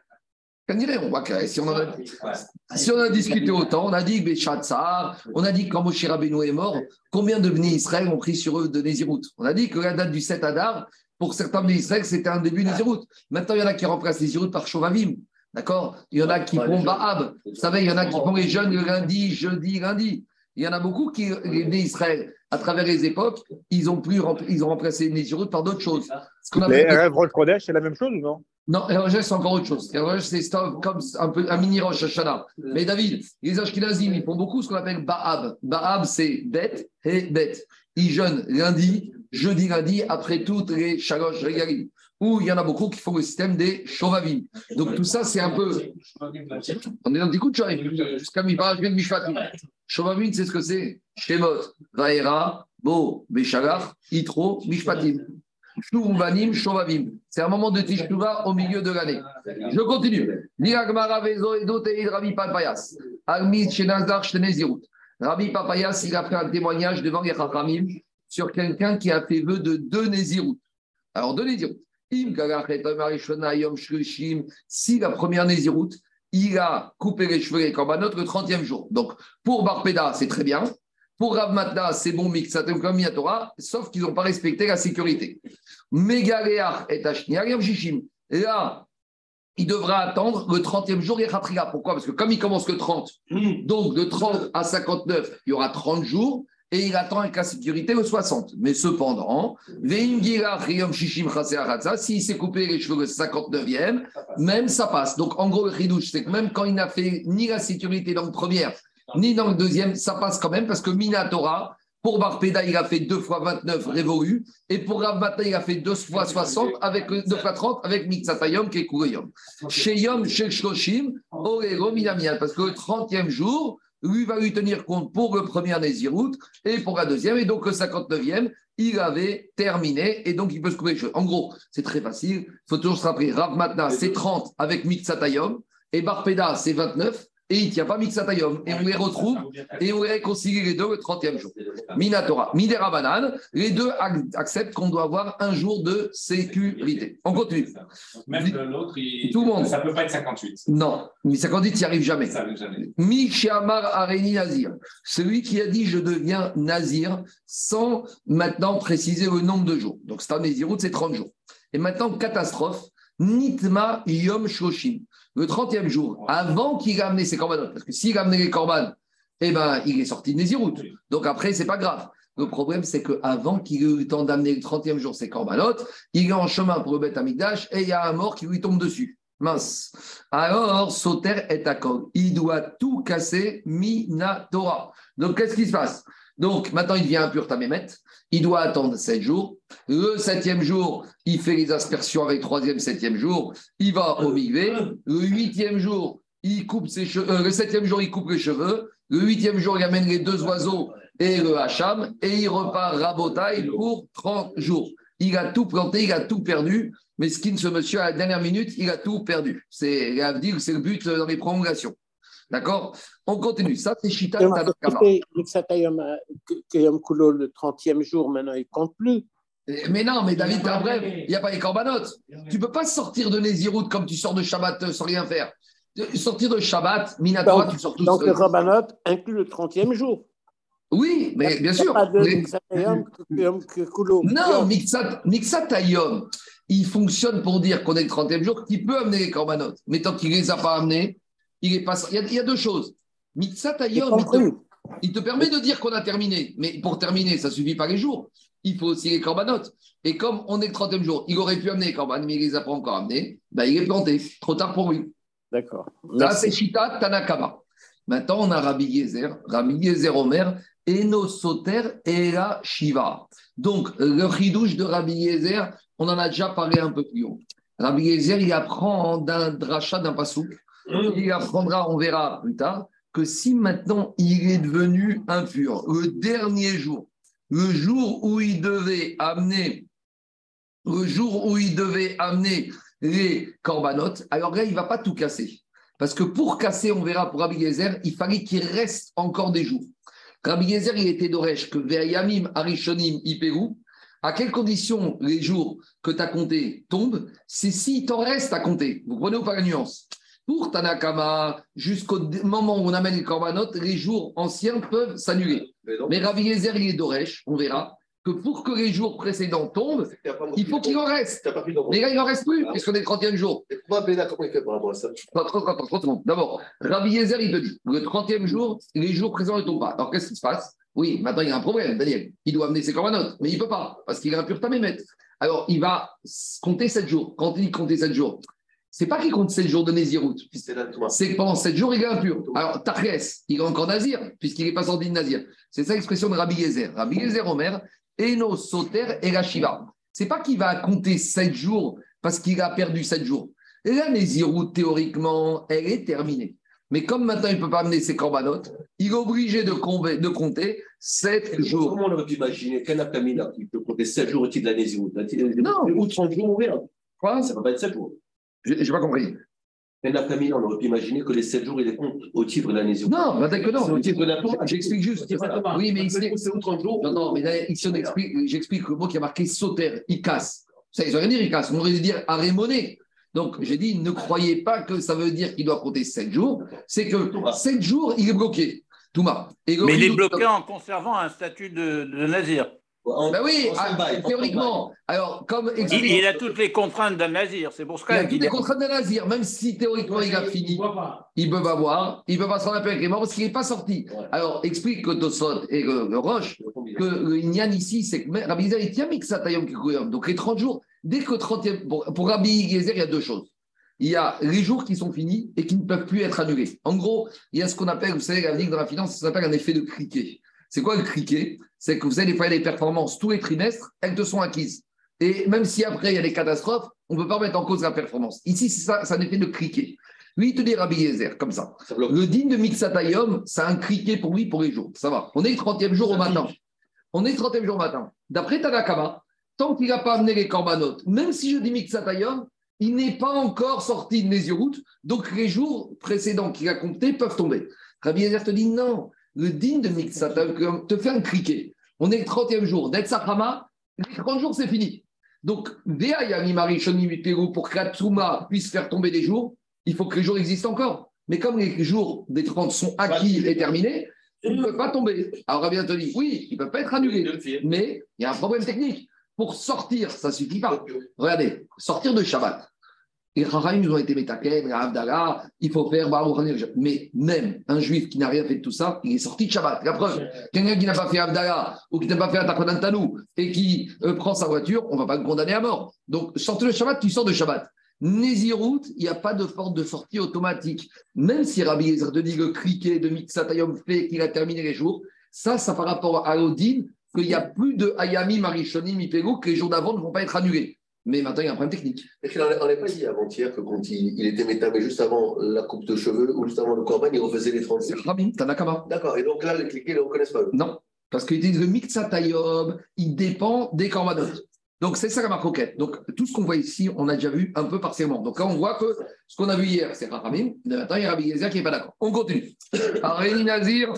On voit que si on, en a, si on a discuté autant, on a dit que Béchatzar, on a dit que quand Moshe Rabbeinu est mort, combien de Bnei Israël ont pris sur eux de Nézirut? On a dit que la date du sept Adar, pour certains Bnei Israël, c'était un début de Nézirut. Maintenant, il y en a qui remplacent Nézirut par Shovavim. D'accord? Il y en a qui font Ba'ab. Vous savez, il y en a qui font les jeunes le lundi, jeudi, lundi. Il y en a beaucoup qui, les Bnei Israël, à travers les époques, ils ont, plus, ils ont remplacé Nézirut par d'autres choses.
Les rêves Rosh Kodesh, c'est la même chose ou non?
Non, Rosh c'est encore autre chose. Rosh c'est comme un, peu, un mini Rosh Hashanah. Mais David, les Ashkenazim, ils font beaucoup ce qu'on appelle Ba'ab. Ba'ab, c'est bête et bête. Ils jeûnent lundi, jeudi, lundi, après toutes les Shalosh Regalim. Ou il y en a beaucoup qui font le système des Shovavim. Donc tout ça, c'est un peu. On est dans des coups de Shovavim. Jusqu'à mi-parage, bien de Mishpatim. Shovavim, c'est ce que c'est. Shemot, Vaera, Bo, Beshalach, Itro, Mishpatim. Shuvavim, Shovavim. C'est un moment de Tishtuva au milieu de l'année. Je continue. Rabbi Papayas. Rabbi Papayas, il a fait un témoignage devant les Chachamim sur quelqu'un qui a fait vœu de deux Nézirut. Alors, deux Nézirut. Si la première Nézirut, il a coupé les cheveux et Korbanot le trentième jour. Donc, pour Barpeda, c'est très bien. Pour Rav Matna, c'est bon mix, comme Minatora, sauf qu'ils n'ont pas respecté la sécurité. Megaléach et Tachniar Yom Shishim. Là, il devra attendre le trentième jour et Khatriga. Pourquoi? Parce que comme il commence le trente, donc de trente à cinquante-neuf, il y aura trente jours. Et il attend avec la sécurité le soixante. Mais cependant, s'il s'est coupé les cheveux le cinquante-neuvième, même ça passe. Donc en gros, le chidouche, c'est que même quand il n'a fait ni la sécurité dans le premier, ni dans le deuxième, ça passe quand même parce que Minatora, pour Barpeda, il a fait deux fois vingt-neuf révolus. Et pour Rav Matna, il a fait deux fois soixante, avec deux fois trente, avec Mixatayom qui est Kouyom. Chez Yom, chez Shloshim, Orego Minamian. Parce que le trentième jour, lui va lui tenir compte pour le premier Nézirut et pour la deuxième. Et donc, le cinquante-neuvième, il avait terminé et donc il peut se couper les cheveux. En gros, c'est très facile. Il faut toujours se rappeler Rav Matna, c'est trente avec Mixatayom et Barpeda, c'est vingt-neuf. Et il ne tient pas Mixatayom. Et on les retrouve et on les réconcilie les deux le trentième jour. Minatora, Midera Banane, les deux acceptent qu'on doit avoir un jour de sécurité. On continue.
Même l'autre, il...
Tout le monde.
Ça ne peut pas être cinquante-huit.
Non, mais cinquante-huit, il n'y arrive jamais.
Ça n'arrive jamais.
Mishamar Areni Nazir. Celui qui a dit je deviens Nazir sans maintenant préciser le nombre de jours. Donc c'est un Nézirut, c'est trente jours. Et maintenant, catastrophe, Nitma Yom Shoshim. Le trentième jour, avant qu'il ait amené ses corbanotes, parce que s'il a amené les corbanes, eh ben, il est sorti de Nézirut. Donc après, ce n'est pas grave. Le problème, c'est qu'avant qu'il ait eu le temps d'amener le trentième jour ses corbanotes, il est en chemin pour le Beth Amikdash et il y a un mort qui lui tombe dessus. Mince. Alors, Soter est à Kog. Il doit tout casser, Minatora. Donc, qu'est-ce qui se passe? Donc, maintenant, il devient impur Tamémet. Il doit attendre sept jours. Le septième jour, il fait les aspersions avec le troisième, septième jour. Il va au migvé. Le huitième jour, il coupe ses cheveux. Euh, le septième jour, il coupe les cheveux. Le huitième jour, il amène les deux oiseaux et le hacham. Et il repart rabotaille pour trente jours. Il a tout planté, il a tout perdu. Mais Skin, ce monsieur, à la dernière minute, il a tout perdu. C'est, c'est le but dans les prolongations. D'accord? On continue. Ça, c'est Shita Tanakama.
Que Yom Kulo, le trentième jour, maintenant, il ne compte plus.
Mais non, mais David, t'as un bref, il n'y a pas les corbanotes. Tu ne peux pas sortir de Nézirut comme tu sors de Shabbat sans rien faire. Sortir de Shabbat, Minatora, tu sors tout
donc,
seul.
le Korbanot inclut le trentième jour.
Oui, mais bien sûr.
Pas de
mais...
Mixatayom, Yom Kulo.
Non, Mixatayom, il fonctionne pour dire qu'on est le trentième jour, qu'il peut amener les corbanotes. Mais tant qu'il ne les a pas amenés, il est pas... il, y a, il y a deux choses. Mixatayom, il te, il te permet de dire qu'on a terminé. Mais pour terminer, ça ne suffit pas les jours. Il faut aussi les corbanotes. Et comme on est le trentième jour, il aurait pu amener les corbanotes, mais il ne les a pas encore amenés, ben il est planté. Trop tard pour lui.
D'accord.
Là, c'est Shita Tanakama. Maintenant, on a Rabbi Yezer, Rabbi Yezer Omer, Eno Soter et la Shiva. Donc, le chidouche de Rabbi Yezer, on en a déjà parlé un peu plus haut. Rabbi Yezer, il apprend d'un dracha, d'un pasouk. Il apprendra, on verra plus tard, que si maintenant il est devenu impur, le dernier jour, le jour où il devait amener, le jour où il devait amener les corbanotes, alors là, il ne va pas tout casser. Parce que pour casser, on verra pour Rabbi Yezer, il fallait qu'il reste encore des jours. Rabbi Yezer, il était d'Oresh que Ve'ayamim Arishonim Iperu. À quelles conditions les jours que tu as comptés tombent? C'est s'il t'en reste à compter. Vous comprenez ou pas la nuance? Pour Tanakama, jusqu'au moment où on amène les corbanotes, les jours anciens peuvent s'annuler. Mais Rabbi Yezer, il est d'Oresh, on verra, que pour que les jours précédents tombent, il faut qu'il en reste. Mais là, il n'en reste plus, puisqu'on est le trentième jour.
Et pourquoi Béla, comment il fait par rapport à ça?
D'abord, Rabbi Yezer, il te dit, le trentième jour, les jours présents ne tombent pas. Alors, qu'est-ce qui se passe? Oui, maintenant, il y a un problème, Daniel. Il doit amener ses corbanotes, mais il ne peut pas, parce qu'il est impur Tamémet. Alors, il va compter sept jours. Quand il dit compter sept jours, c'est pas qu'il compte sept jours de Nézirut. C'est que pendant sept jours, il est impur. Alors, Tachès, il est encore Nazir, puisqu'il n'est pas sorti de Nazir. C'est ça l'expression de Rabbi Yezer. Rabbi Yezer Omer, Eno Soter et la Shiva. C'est pas qu'il va compter sept jours parce qu'il a perdu sept jours. Et la Nézirut, théoriquement, elle est terminée. Mais comme maintenant, il ne peut pas amener ses corbanotes, il est obligé de, com- de compter sept jours.
Comment on aurait pu imaginer qu'un Akamina qui peut compter sept jours au-dessus de la Nézirut?
Non,
ou trente jours, on verra.
Quoi?
Ça ne va pas être sept jours.
Je n'ai pas compris.
Et l'après-midi, on aurait pu imaginer que les sept jours, il est compte au titre de la Nézirut.
Non, bah d'accord, non.
C'est au titre de la Torah.
J'explique juste. Oui, mais ici,
c'est trente jours.
non, non, mais là, ici, on explique, j'explique le mot qui a marqué sauter, il casse. Ça, ils ont rien dit, il casse. On aurait dû dire arémoné. Donc, j'ai dit, ne croyez pas que ça veut dire qu'il doit compter sept jours. C'est que sept jours, il est bloqué. Touma.
Mais il est bloqué en conservant un statut de, de nazir.
En,
ben oui,
en
ah,
stand-by,
théoriquement. Alors, comme
il,
explique,
il a toutes les contraintes d'un nazir. C'est pour
il
ça
a toutes
qu'il
les
est...
contraintes d'un nazir, même si théoriquement il a fini. Ils peuvent avoir, ils peuvent s'en appeler avec les morts parce qu'il n'est pas sorti.
Ouais.
Alors, explique que Tosot et le, le Roche, que le Inyan ici, c'est que Rabbi Yezer, il tient Miksatayom Kikuyom. Donc, les trente jours, dès que trentième. Pour, pour Rabbi Yezer, il y a deux choses. Il y a les jours qui sont finis et qui ne peuvent plus être annulés. En gros, il y a ce qu'on appelle, vous savez, la dans la finance, ça s'appelle un effet de criquet. C'est quoi le criquet? C'est que vous savez, des fois, il y a des performances tous les trimestres, elles te sont acquises. Et même si après, il y a des catastrophes, on ne peut pas mettre en cause la performance. Ici, c'est ça, c'est un effet de criquet. Lui, il te dit Rabbi Yezer, comme ça. ça le digne de Miksatayom, c'est un criquet pour lui, pour les jours. Ça va. On est le trentième jour au matin. On est le trentième jour au matin. D'après Tanakama, tant qu'il n'a pas amené les corbanotes, même si je dis Miksatayom, il n'est pas encore sorti de Nézirut, donc les jours précédents qu'il a comptés peuvent tomber. Rabbi Yezer te dit non, le digne de Miksatayom te fait un criquet. On est le trentième jour d'Etsachama, les trente jours c'est fini. Donc, pour que la Tsouma puisse faire tomber des jours, il faut que les jours existent encore. Mais comme les jours des trente sont acquis et terminés, ils ne peuvent pas tomber. Alors Rabbi Yezer te dit oui, ils ne peuvent pas être annulés, mais il y a un problème technique. Pour sortir, ça ne suffit pas. Regardez, sortir de Shabbat. Les Chachamim, ils ont été Metaken, Abdallah, il faut faire Baruch Hanir. Mais même un juif qui n'a rien fait de tout ça, il est sorti de Shabbat. La preuve, quelqu'un qui n'a pas fait Abdallah ou qui n'a pas fait Atakonan Tanou et qui euh, prend sa voiture, on ne va pas le condamner à mort. Donc, sortir de Shabbat, tu sors de Shabbat. Nézirut, il n'y a pas de porte de sortie automatique. Même si Rabbi Yezer te dit que cliquer de Miksatayom fait qu'il a terminé les jours, ça, ça par rapport à Odin, qu'il n'y a plus de Hayami, Marishoni, Mipego, que les jours d'avant ne vont pas être annulés. Mais maintenant, il y a un problème technique.
Est-ce qu'on n'avait pas dit avant-hier que quand il, il était méta, mais juste avant la coupe de cheveux ou juste avant le corban, il refaisait les trente
C'est Rabbi, Tanakama.
D'accord, et donc là, les cliquets, ils ne le reconnaissent pas eux.
Non, parce qu'ils disent que le Miksatayom, il dépend des corbanotes. Donc, c'est ça la marque roquette. Donc, tout ce qu'on voit ici, on a déjà vu un peu partiellement. Donc, là, on voit que ce qu'on a vu hier, c'est Rahamim. Maintenant, il y a Rabbi Yezer qui n'est pas d'accord. On continue. Aréni Nazir,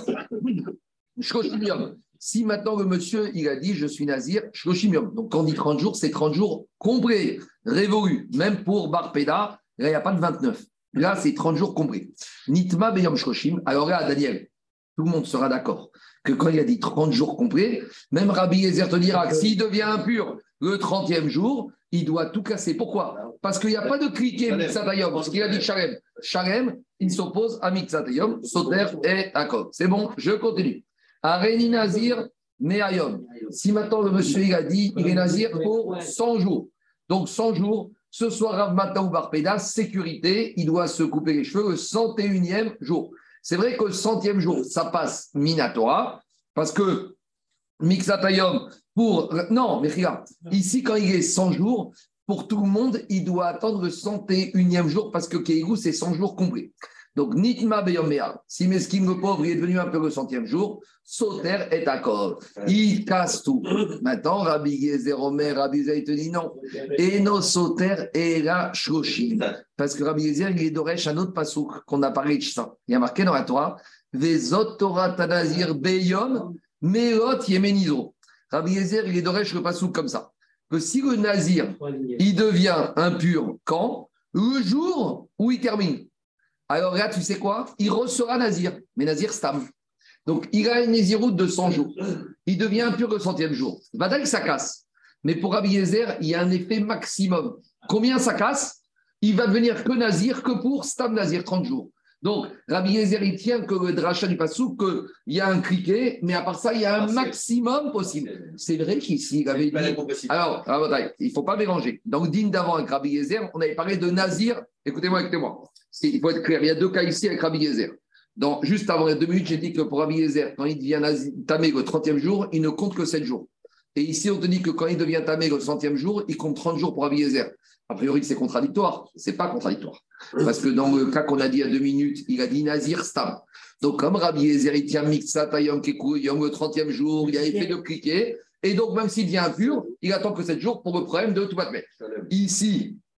Shkoshimium. Si maintenant le monsieur, il a dit je suis Nazir, Shloshimium. Donc quand on dit trente jours, c'est trente jours complets, révolus. Même pour Barpeda, là, il n'y a pas de vingt-neuf. Là, c'est trente jours complets. Nitma Beyom Shloshim. Alors là, Daniel, tout le monde sera d'accord que quand il a dit trente jours complets, même Rabbi Yezer te dira que s'il devient impur le trentième jour, il doit tout casser. Pourquoi? Parce qu'il n'y a pas de cliquet Miksatayom. Parce qu'il a dit Shalem. Shalem, il s'oppose à Miksatayom, Soter et Akot. C'est bon, je continue. Aréni Nazir, Neayom. Si maintenant le monsieur il a dit il est Nazir pour cent jours. Donc cent jours, ce soir Rav Mata ou Barpeda, sécurité, il doit se couper les cheveux le cent et unième jour. C'est vrai que le centième jour, ça passe Minatora, parce que Miksatayom pour. Non, mais regarde, ici quand il est cent jours, pour tout le monde, il doit attendre le cent et unième jour, parce que Keigou, c'est cent jours complets. Donc, Nitma Beyomea, si Meskim le pauvre il est devenu un peu le centième jour, Soter est d'accord. Il casse tout. Maintenant, Rabbi Yezer Omer, Rabbi Yezer, il te dit non. Et nos Soter est la Shloshim. Parce que Rabbi Yezer, il est d'Oresh un autre pasouk qu'on a parlé de ça. Il y a marqué dans la Torah, Vezot Torah Tanazir Beyom, Meot Yemenizo. Rabbi Yezer, il est d'Oresh le pasouk comme ça. Que si le Nazir, il devient impur quand? Le jour où il termine. Alors là, tu sais quoi? Il ressera Nazir, mais Nazir Stam. Donc, il a une Néziroute de cent jours. Il devient impur le centième jour. Badal, ça casse. Mais pour Rabbi Yezer, il y a un effet maximum. Combien ça casse? Il va devenir que Nazir, que pour Stam Nazir, trente jours. Donc, Rabbi Yezer, il tient que le dracha du Passouk, qu'il y a un cliquet, mais à part ça, il y a un maximum possible. C'est vrai qu'ici, il avait dit... Alors, il ne faut pas mélanger. Dans le dîme d'avant avec Rabbi Yezer, on avait parlé de Nazir. Écoutez-moi, écoutez-moi. Il faut être clair, il y a deux cas ici avec Rabbi Yezer. Dans, juste avant les deux minutes, j'ai dit que pour Rabbi Yezer, quand il devient tamé le trentième jour, il ne compte que sept jours. Et ici, on te dit que quand il devient tamé le centième jour, il compte trente jours pour Rabbi Yezer. A priori, c'est contradictoire. Ce n'est pas contradictoire. Parce que dans le cas qu'on a dit à deux minutes, il a dit Nazir Stam. Donc, comme Rabbi Yezer, il tient Miksatayom Kekuyom le trentième jour, il a effet de cliquer. Et donc, même s'il devient impur, il attend que sept jours pour le problème de tout battre. Ici,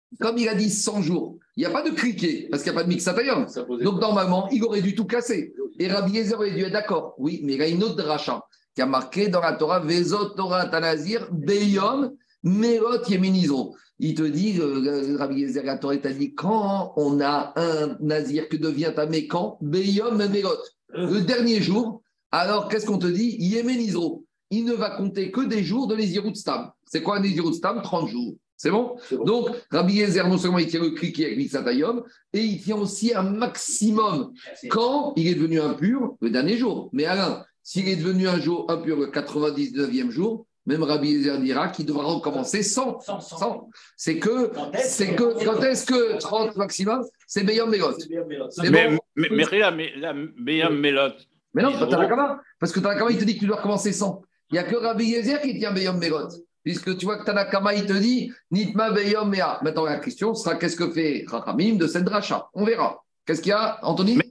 comme il a dit cent jours, il n'y a pas de criquet, parce qu'il n'y a pas de mixatayom. Donc, normalement, il aurait dû tout casser. Et Rabbi Yezer aurait dû être d'accord. Oui, mais il y a une autre dracha qui a marqué dans la Torah, Vezot Torah Tanazir, Beyom, Merot Yemenizro. Il te dit, euh, Rabbi Yezer, la Torah t'a dit, quand on a un nazir que devient un mécan, Beyom Merot, le dernier jour, alors qu'est-ce qu'on te dit? Yemenizro. Il ne va compter que des jours de Nézirut Stam. C'est quoi un Nézirut Stam? trente jours. C'est bon, bon Donc, Rabbi Yezer, non seulement il tient le cliquet avec Mixatayom, et il tient aussi un maximum quand il est devenu impur le dernier jour. Mais Alain, s'il est devenu un jour impur le quatre-vingt-dix-neuvième jour, même Rabbi Yezer dira qu'il devra recommencer cent. cent. C'est que, c'est que, quand est-ce que trente maximum, c'est Beyom Melot.
Mais, bon mais, mais, mais, mais la Beyom Melot.
Mais non, Tanakama, parce que Tanakama, il te dit que tu dois recommencer cent. Il n'y a que Rabbi Yezer qui tient Beyom Melot. Puisque tu vois que Tanakama, il te dit Nitma Beyom Mea. Maintenant, la question sera qu'est-ce que fait Rachamim de cette dracha? On verra. Qu'est-ce qu'il y a, Anthony?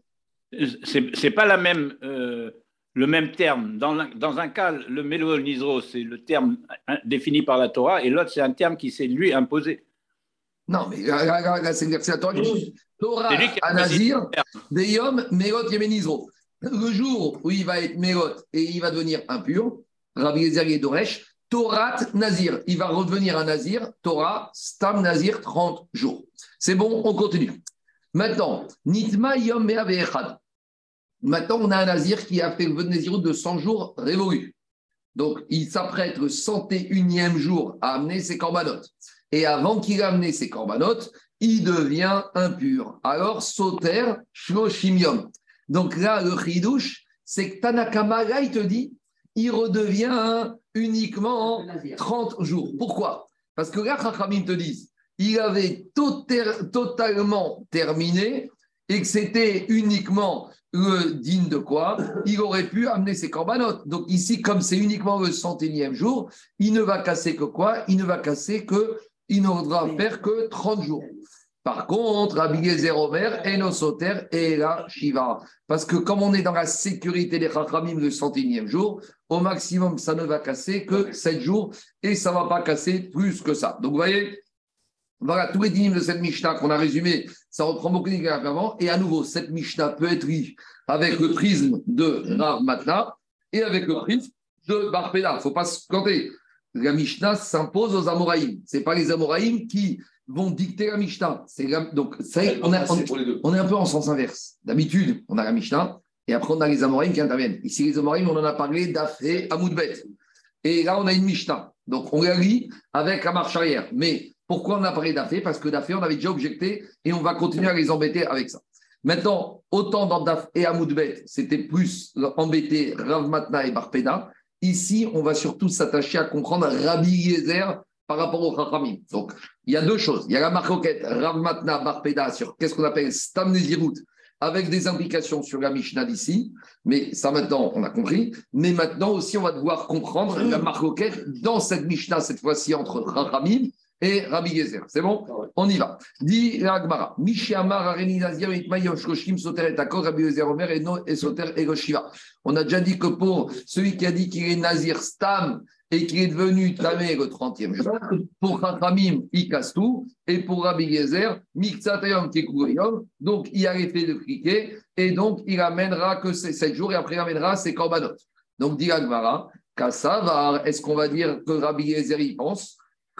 Ce n'est pas la même, euh, le même terme. Dans, la, dans un cas, le Melo Nizro, c'est le terme défini par la Torah, et l'autre, c'est un terme qui s'est lui imposé.
Non, mais là, c'est la Torah qui dit Torah à Nazir, Beyom Merot Yemenizro. Le jour où il va être Merot et il va devenir impur, Rabbi Yezer et Doresh, Torah Nazir, il va redevenir un Nazir, Torah, Stam Nazir, trente jours. C'est bon, on continue. Maintenant, Nitma Yom Mea Ve'echad. Maintenant, on a un Nazir qui a fait le Nazirut de cent jours révolus. Donc, il s'apprête le cent et unième jour à amener ses corbanotes. Et avant qu'il ait amené ses corbanotes, il devient impur. Alors, Soter Shloshim Yom. Donc là, le Chidouche, c'est que Tanakama, là, il te dit, il redevient uniquement trente jours. Pourquoi? Parce que là, Chachamim te disent, il avait total, totalement terminé et que c'était uniquement le digne de quoi? Il aurait pu amener ses corbanotes. Donc ici, comme c'est uniquement le cent et unième jour, il ne va casser que quoi? Il ne va casser que, il ne devra faire que trente jours. Par contre, Rabbi Yezer Omer, Eno Soter et la Shiva. Parce que comme on est dans la sécurité des Chachamim le cent et unième jour, au maximum, ça ne va casser que sept jours et ça ne va pas casser plus que ça. Donc, vous voyez, voilà, tous les dynimes de cette Mishnah qu'on a résumé, ça reprend beaucoup d'idées avant. Et à nouveau, cette Mishnah peut être lue avec le prisme de Rav Matna et avec le prisme de Barpeda. Il ne faut pas se compter. La Mishnah s'impose aux Amoraïm. Ce n'est pas les Amoraïm qui vont dicter la Mishnah. C'est la... Donc, ça y est, on, a, on, on est un peu en sens inverse. D'habitude, on a la Mishnah et après, on a les Amoraïm qui interviennent. Ici, les Amoraïm, on en a parlé d'Afé, Amoudbet. Et là, on a une Mishnah. Donc, on la lit avec la marche arrière. Mais pourquoi on a parlé d'Afé? Parce que d'Afé, on avait déjà objecté et on va continuer à les embêter avec ça. Maintenant, autant dans Daf et Amoudbet, c'était plus embêter Rav Matna et Barpeda. Ici, on va surtout s'attacher à comprendre Rabbi Yezer par rapport au Chachamim. Donc, il y a deux choses. Il y a la marcoquette Rav Matna Barpeda sur qu'est-ce qu'on appelle Stam Nezirut, avec des implications sur la Mishnah d'ici. Mais ça, maintenant, on a compris. Mais maintenant aussi, on va devoir comprendre la marcoquette dans cette Mishnah, cette fois-ci entre Chachamim et Rabbi Yezer. C'est bon? On y va. Dit la Gemara. Mishiamar Areni Nazir Itmayom Shloshim Soter et Akor Rabbi Yezer Omer et No et Soter et Shiva. On a déjà dit que pour celui qui a dit qu'il est Nazir Stam et qu'il est devenu Tamé le trentième jour, pour Chachamim, il casse tout, et pour Rabbi Yezer, Miksatayom Kekuyom, donc il a arrêté de cliquer, et donc il amènera que ces sept jours, et après il amènera ses corbanotes. Donc, dit la Gemara, Kassavar, est-ce qu'on va dire que Rabbi Yezer y pense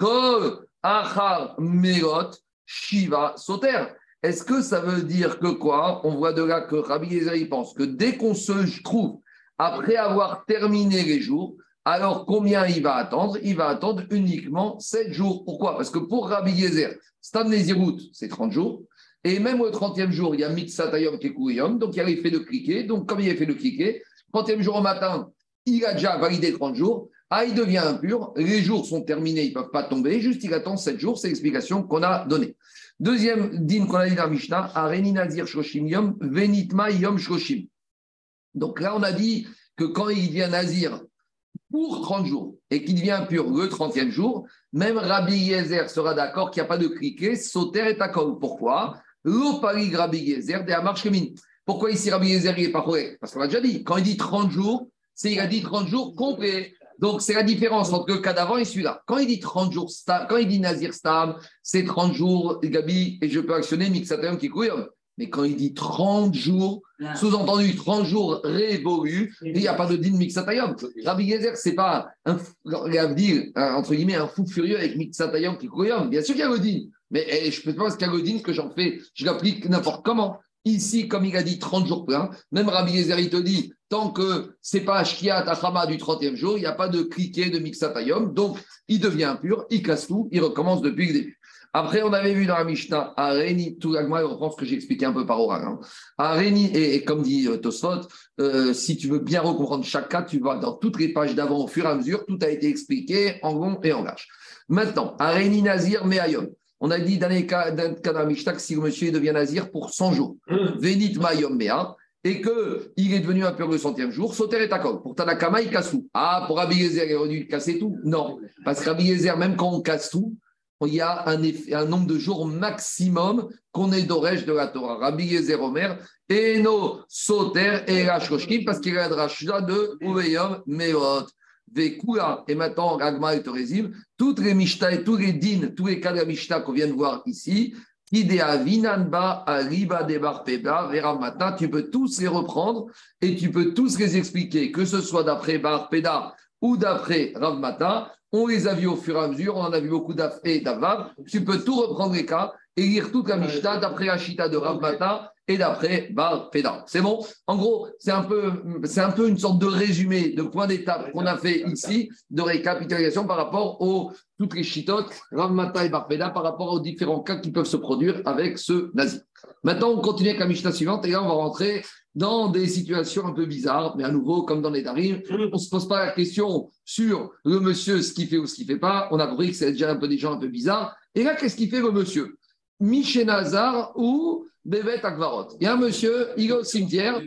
que Achar Merot Shiva Soter. Est-ce que ça veut dire que quoi? On voit de là que Rabbi Yezer il pense que dès qu'on se trouve après avoir terminé les jours, alors combien il va attendre? Il va attendre uniquement sept jours. Pourquoi? Parce que pour Rabbi Yezer, Stam Nezirut, c'est trente jours. Et même au trentième jour, il y a Mitzatayom Kekuyom, donc il a l'effet de cliquer. Donc comme il a fait de cliquer, trentième jour au matin, il a déjà validé trente jours. Ah, il devient impur, les jours sont terminés, ils ne peuvent pas tomber, juste il attend sept jours, c'est l'explication qu'on a donnée. Deuxième din qu'on a dit dans la Mishnah, Areni Nazir Shoshim Yom, Venitma Yom Shoshim. Donc là, on a dit que quand il devient Nazir pour trente jours et qu'il devient impur le trentième jour, même Rabbi Yezer sera d'accord qu'il n'y a pas de cliquet, Soter et Takol. Pourquoi? L'opari Rabbi Yezer de Amar Shkemin. Pourquoi ici Rabbi Yezer n'est pas correct? Parce qu'on a déjà dit, quand il dit trente jours, c'est il a dit trente jours complets. Donc, c'est la différence entre le cas d'avant et celui-là. Quand il dit trente jours, stam, quand il dit Nazir Stam, c'est trente jours, Gabi, et je peux actionner Mixatayom qui couille. Mais quand il dit trente jours, sous-entendu trente jours révolus, il n'y a pas de din Mixatayom. Rabbi Gezer, ce n'est pas un, un, entre guillemets, un fou furieux avec Mixatayom qui couille. Bien sûr qu'il y a le din. Mais eh, je ne peux pas qu'il y a le din que j'en fais, je l'applique n'importe comment. Ici, comme il a dit trente jours pleins, même Rabbi Gezer, il te dit, tant que ce n'est pas Shkiat Achama du trentième jour, il n'y a pas de cliquet de Mixatayom, donc il devient impur, il casse tout, il recommence depuis le début. Après, on avait vu dans la Mishnah, à Réni, tout l'agma, je reprends ce que j'ai expliqué un peu par oral. Hein. À Réni, et, et comme dit euh, Tosfot, euh, si tu veux bien recomprendre chaque cas, tu vas dans toutes les pages d'avant, au fur et à mesure, tout a été expliqué en long et en large. Maintenant, à Réni Nazir Meayom. On a dit dans les cas, dans le cas de la Mishnah que si le monsieur devient nazir pour cent jours, Vénit Mayom Mea, et qu'il est devenu impur le centième jour, Soter et Takov. Pour Tanakama, il casse tout. Ah, pour Rabbi Yezer, il aurait dû casser tout? Non. Parce que Rabbi Yezer, même quand on casse tout, il y a un, effet, un nombre de jours maximum qu'on est d'orège de la Torah. Rabbi Yezer Omer, Eno Soter et Rashkoshkim, parce qu'il y a la dracha de Uveyom Meot. Vekula, et maintenant, Ragma et Torezim, toutes les Mishnah et tous les dînes, tous les cas de la Mishnah qu'on vient de voir ici, Idea Vinanba, Ariba Debar Peba, Vera Mata, tu peux tous les reprendre et tu peux tous les expliquer, que ce soit d'après Bar Peda ou d'après Rav Mata. On les a vus au fur et à mesure, on en a vu beaucoup d'Af et d'Avav. Tu peux tout reprendre les cas et lire toute la Mishnah d'après la Chita de Rav Mata et d'après Bar Peda. C'est bon? En gros, c'est un peu, c'est un peu une sorte de résumé, de point d'étape qu'on a fait ici, de récapitulation par rapport aux toutes les chitotes, Rav Mata et Bar Peda, par rapport aux différents cas qui peuvent se produire avec ce nazi. Maintenant, on continue avec la Mishnah suivante et là, on va rentrer dans des situations un peu bizarres, mais à nouveau, comme dans les Darim, on ne se pose pas la question sur le monsieur, ce qu'il fait ou ce qu'il ne fait pas. On a compris que c'est déjà un peu des gens un peu bizarres. Et là, qu'est-ce qu'il fait le monsieur? Miché Nazar ou Bevet Akvarot. Il y a un monsieur, il est au cimetière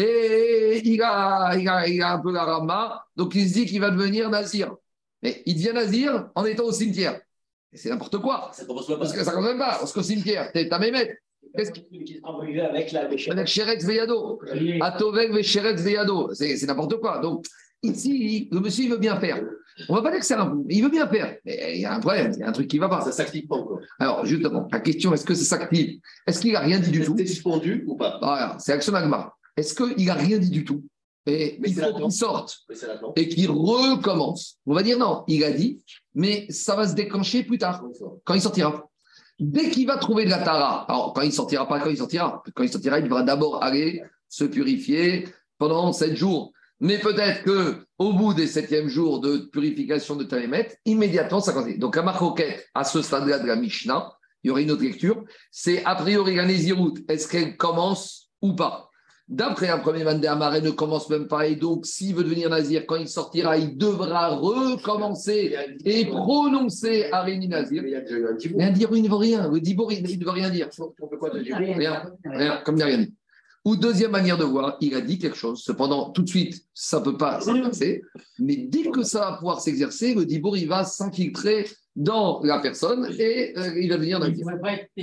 et il a, il a, il a un peu la rama, donc il se dit qu'il va devenir nazir. Mais il devient nazir en étant au cimetière. Et c'est n'importe quoi. Ça commence pas. Parce que ça commence même pas. Parce qu'au cimetière, t'as Mémet. Qu'est-ce qui avec la avec Sheretz Veyado. Atovek ve Sheretz Veyado. C'est n'importe quoi. Donc, ici, le monsieur, il veut bien faire. On ne va pas dire que c'est un il veut bien faire. Mais il y a un problème, il y a un truc qui ne va pas.
Ça ne s'active pas encore.
Alors, justement, la question, est-ce que ça s'active? Est-ce qu'il n'a rien dit du tout?
C'est suspendu ou pas?
Voilà, c'est Action Agmar. Est-ce qu'il n'a rien dit du tout? Et mais il faut qu'il sorte et qu'il recommence. On va dire non, il a dit, mais ça va se déclencher plus tard, quand il sortira. Dès qu'il va trouver de la tara, alors quand il sortira, pas quand il sortira, quand il sortira, il devra d'abord aller se purifier pendant sept jours. Mais peut-être qu'au bout des septièmes jours de purification de Tamémet, immédiatement ça continue. Donc, la marcoquette, à ce stade-là de la Mishnah, il y aurait une autre lecture, c'est a priori la Nézirout, est-ce qu'elle commence ou pas? D'après un premier Mandé Amar, elle ne commence même pas. Et donc, s'il veut devenir Nazir, quand il sortira, il devra recommencer et prononcer Aréni Nazir.
Il y a déjà eu un Dibour.
Mais un Dibour, il ne veut rien. Le Dibour, il ne veut rien dire.
On peut quoi de Dibour?
Rien, rien, comme il n'a rien dit. Ou deuxième manière de voir, il a dit quelque chose. Cependant, tout de suite, ça ne peut pas s'exercer. Mais dès que ça va pouvoir s'exercer, le Dibour, il va s'infiltrer dans la personne et euh, il va devenir
Il ne
Nazir.
pourrait pas être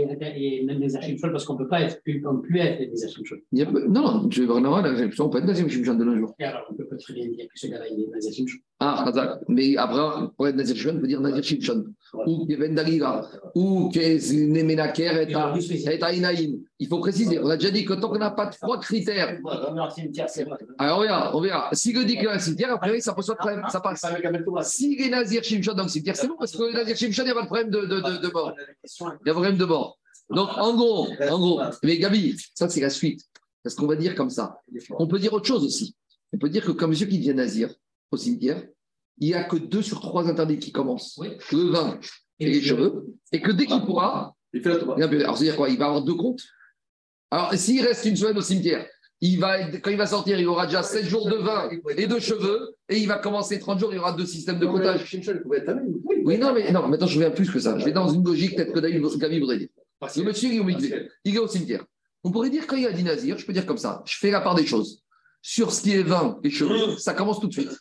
et même des archives parce qu'on ne peut pas être, on ne peut plus être des archives chaudes.
Il y a- Non, non, je vais voir la réception, on peut être Nazir, je suis de nos jours.
Et alors, on peut pas très bien dire que ce gars-là, il est des archives chaudes.
Ah, Razak. Mais après, pour être Nazir Shimon, on peut dire Nazir Shimshon. Ou Kevin Dalila. Ou Nemenaker et à- et à Inaïm. Il faut préciser. On a déjà dit que tant qu'on n'a pas trois critères.
Dans le cimetière, c'est vrai.
Alors, regarde, on verra. Si le dit qu'il y a un cimetière, après, ça pose pas de problème. Ça passe. Si les Nazir Shimshon dans le cimetière, c'est bon, parce que les Nazir Shimshon, il n'y a pas de problème de, de, de, de mort. Il y a un problème de mort. Donc, en gros, en gros, mais Gabi, ça, c'est la suite. Parce qu'on va dire comme ça. On peut dire autre chose aussi. On peut dire que comme monsieur qui devient Nazir au cimetière, il n'y a que deux sur trois interdits qui commencent.
Oui.
Le vin et les cheveux. Et que dès qu'il pourra,
Il fait la Torah.
il va- alors, c'est-à-dire quoi? Il va avoir deux comptes. Alors, s'il reste une semaine au cimetière, il va, être- quand il va sortir, il aura déjà sept jours de vin et de cheveux. Et il va commencer trente jours, il y aura deux systèmes de comptage.
Shimshon, il pouvait être tamé.
Oui, non, mais non, maintenant je reviens plus que ça. Je vais dans une logique peut-être que David Gabi voudrait dire. Le monsieur, il est au milieu. Il est au cimetière. On pourrait dire, quand il a dit Nazir, je peux dire comme ça, je fais la part des choses. Sur ce qui est vin et cheveux, ça commence tout de suite.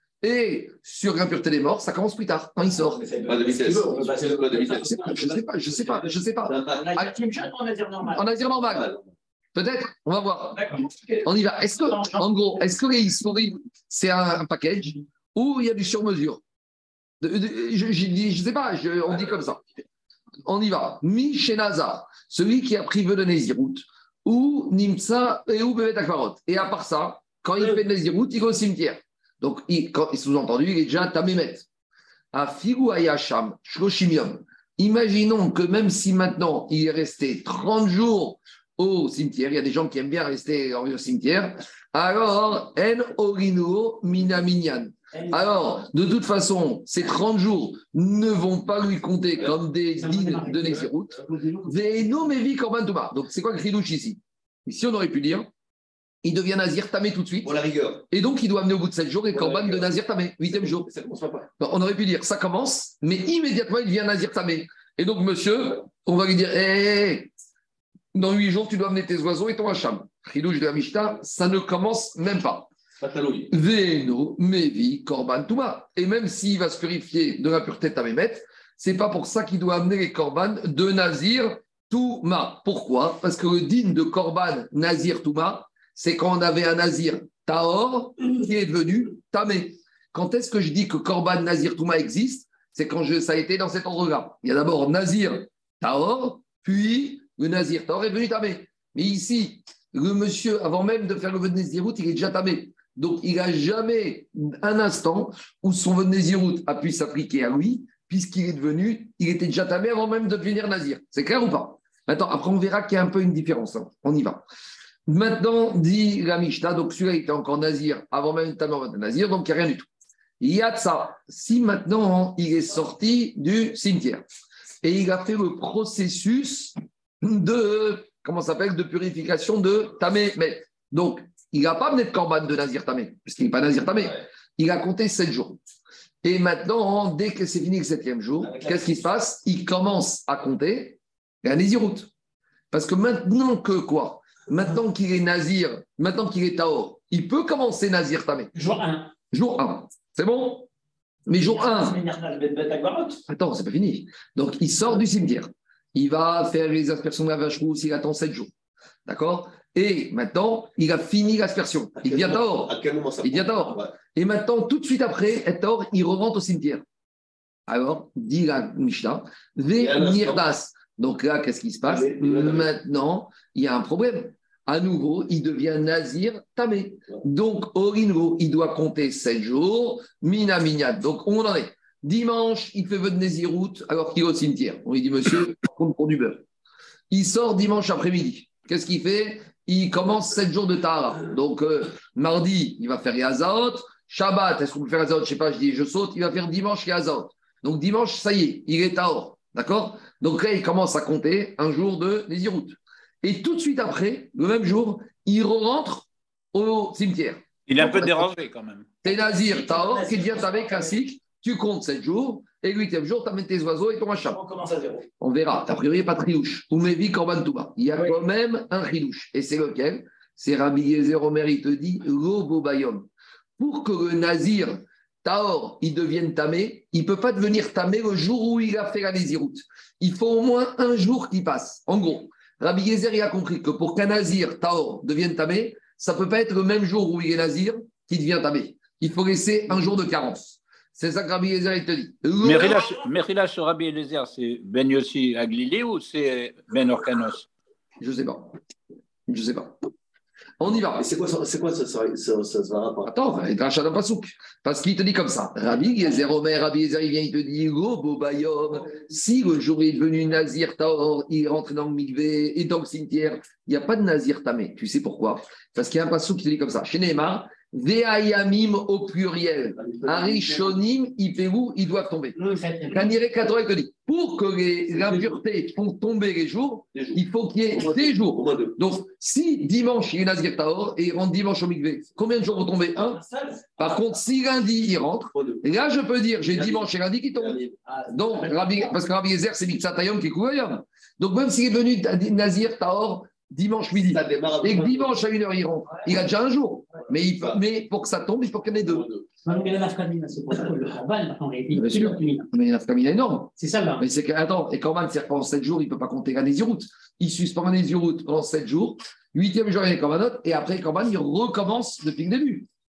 Et sur l'impureté des morts, ça commence plus tard, quand il sort.
Pas de vitesse. Pas de vitesse.
Je sais pas, je sais pas, je sais pas, je sais pas.
On a dit chaude, on a dit normal.
En Nazir normal, peut-être, on va voir.
D'accord.
On y va. Est-ce que, en gros, est-ce que les historiques, c'est un, un package ou il y a du sur-mesure. De- de- Je ne sais pas, je- on dit comme ça. On y va. Mi Shenaza, celui qui a pris vœu de Nézirut, ou Nimsa et ou Bevet Akvarot. Et à part ça, quand il fait Nézirut, il va au cimetière. Donc, il, quand, sous-entendu, il est déjà Tamémet. À Figu Ayasham, Shloshimium. Imaginons que même si maintenant il est resté trente jours au cimetière, il y a des gens qui aiment bien rester au cimetière, alors, En Orinuo Minaminyan. Alors, de toute façon, ces trente jours ne vont pas lui compter comme des dînes de Nézirut. Ve'eno Mevi Korban Touma. Donc, c'est quoi le chidouche ici? Ici, on aurait pu dire, il devient Nazir Tamé tout de suite.
Pour la rigueur.
Et donc, il doit amener au bout de sept jours les
Pour la
Korban de
rigueur.
Nazir Tamé, huitième jour.
Ça commence pas.
Donc, on aurait pu dire, ça commence, mais immédiatement, il devient Nazir Tamé. Et donc, monsieur, on va lui dire, hé, dans huit jours, tu dois amener tes oiseaux et ton hacham. Chidouche de la Mishnah, ça ne commence même pas.
Pataloui.
Ve'eno, Mevi, Korban, Touma. Et même s'il va se purifier de la pureté Tamémet, c'est pas pour ça qu'il doit amener les Korban de Nazir Touma. Pourquoi? Parce que le din de Korban Nazir Touma, c'est quand on avait un Nazir Tahor qui est devenu Tamé. Quand est-ce que je dis que Korban Nazir Touma existe? C'est quand je, ça a été dans cet ordre-là. Il y a d'abord Nazir Tahor, puis le Nazir Tahor est devenu Tamé. Mais ici, le monsieur, avant même de faire le vœu de Nézirut, il est déjà Tamé. Donc, il n'a jamais un instant où son vœu de Nézirut a pu s'appliquer à lui, puisqu'il est devenu, il était déjà Tamé avant même de devenir Nazir. C'est clair ou pas? Maintenant, après, on verra qu'il y a un peu une différence. Hein. On y va. Maintenant, dit la Mishnah, donc celui-là était encore Nazir avant même de Tamé en Nazir, donc il n'y a rien du tout. Il y a de ça. Si maintenant, il est sorti du cimetière et il a fait le processus de, comment ça s'appelle, de purification de Tamé, mais donc, il n'a pas amené de Korban de Nazir Tamé, puisqu'il n'est pas Nazir Tamé. Il a compté sept jours. Et maintenant, dès que c'est fini le septième jour, qu'est-ce qui se passe? Il commence à compter la Nézirut. Parce que maintenant que quoi? Maintenant qu'il est Nazir, maintenant qu'il est Tahor, il peut commencer Nazir Tamé.
Jour un.
Jour un. C'est bon? Mais jour un.
un.
Attends, c'est pas fini. Donc, il sort du cimetière. Il va faire les aspersions de la vache rousse, il attend sept jours. D'accord? Et maintenant, il a fini l'aspersion. Il devient Tahor.
À quel moment ça
Il devient Tahor.
Ouais.
Et maintenant, tout de suite après, être Tahor, il rentre au cimetière. Alors, dit la Mishnah, Ve Nirdas. Donc là, qu'est-ce qui se passe? Maintenant, il y a un problème. À nouveau, il devient Nazir Tamé. Donc, Orinvo, il doit compter sept jours, Mina Mignat. Donc, on en est. Dimanche, il fait vœu de Nézirut alors qu'il est au cimetière. On lui dit, monsieur, par contre, pour du beurre. Il sort dimanche après-midi. Qu'est-ce qu'il fait? Il commence sept jours de Tahara. Donc, euh, mardi, il va faire Yazahot. Shabbat, est-ce qu'on peut faire Yazahot? Je ne sais pas, je dis, je saute. Il va faire dimanche Yazahot. Donc, dimanche, ça y est, il est Tahor. D'accord? Donc là, il commence à compter un jour de Nézirut. Et tout de suite après, le même jour, il rentre au cimetière.
Il est un
Donc,
peu dérangé quand même.
c'est Nazir Tahor qui devient avec classique. Tu comptes sept jours. Et le huitième jour, tu amènes tes oiseaux et ton machin.
On commence à zéro.
On verra. A priori, il n'y a pas de chidouche. Ou Mevi Korban Touba. Il y a quand même un chidouche. Et c'est lequel? C'est Rabbi Yezer Omer, il te dit Lobo Bayom. Pour que le Nazir Tahor, il devienne Tamé, il ne peut pas devenir Tamé le jour où il a fait la Nézirut. Il faut au moins un jour qui passe. En gros, Rabbi Yezer, il a compris que pour qu'un Nazir Tahor devienne Tamé, ça ne peut pas être le même jour où il est Nazir qui devient Tamé. Il faut laisser un jour de carence. C'est ça que Rabbi Yezer, il te dit.
Merila sur Rabbi Eliezer, c'est Ben Yossi Aglili ou c'est Ben Orkanos?
Je ne sais pas. Je ne sais pas. On y va.
Et c'est quoi ça? C'est quoi ça? Ça, ça, ça, ça va pas.
Attends, il dracha d'un pasouk. Parce qu'il te dit comme ça. Rabbi Yezer Omer, Rabbi Yezer, il vient, il te dit Lobo Bayom. Si le jour est devenu Nazir Tahor, il rentre dans le mikvé et dans le cimetière, il n'y a pas de Nazir Tamé. Tu sais pourquoi? Parce qu'il y a un pasouk qui te dit comme ça. Chez Neymar, Veayamim au pluriel. Arishonim, Ipérou, ils doivent tomber. Kanire Katora, il te dit, pour que les impuretés font tomber les jours, il faut qu'il y ait des jours. Donc, si dimanche, il est Nazir Tahor et il rentre dimanche au mikvé, combien de jours vont tomber? Un. Par contre, si lundi, il rentre, là, je peux dire, j'ai dimanche et lundi qui tombent. Donc, Rabbi, parce que Rabbi Yezer, c'est Mitzatayom qui est Kouyayom. Donc, même s'il est venu Nazir Tahor, dimanche midi, et que dimanche à une heure il rentre, il a déjà un jour. Mais, il, mais pour que ça tombe, il faut qu'il y en ait deux.
Mais la nafkamina, c'est pour ça que le Corban, en réalité,
Bien sûr. Mais la nafkamina est énorme.
c'est ça là.
Mais c'est que, attends, et Corban, c'est pendant sept jours, il ne peut pas compter la Nézirut. Il suspend la Nézirut pendant sept jours, huitième jour, il est Corbanot, et après Corban, il recommence depuis le début.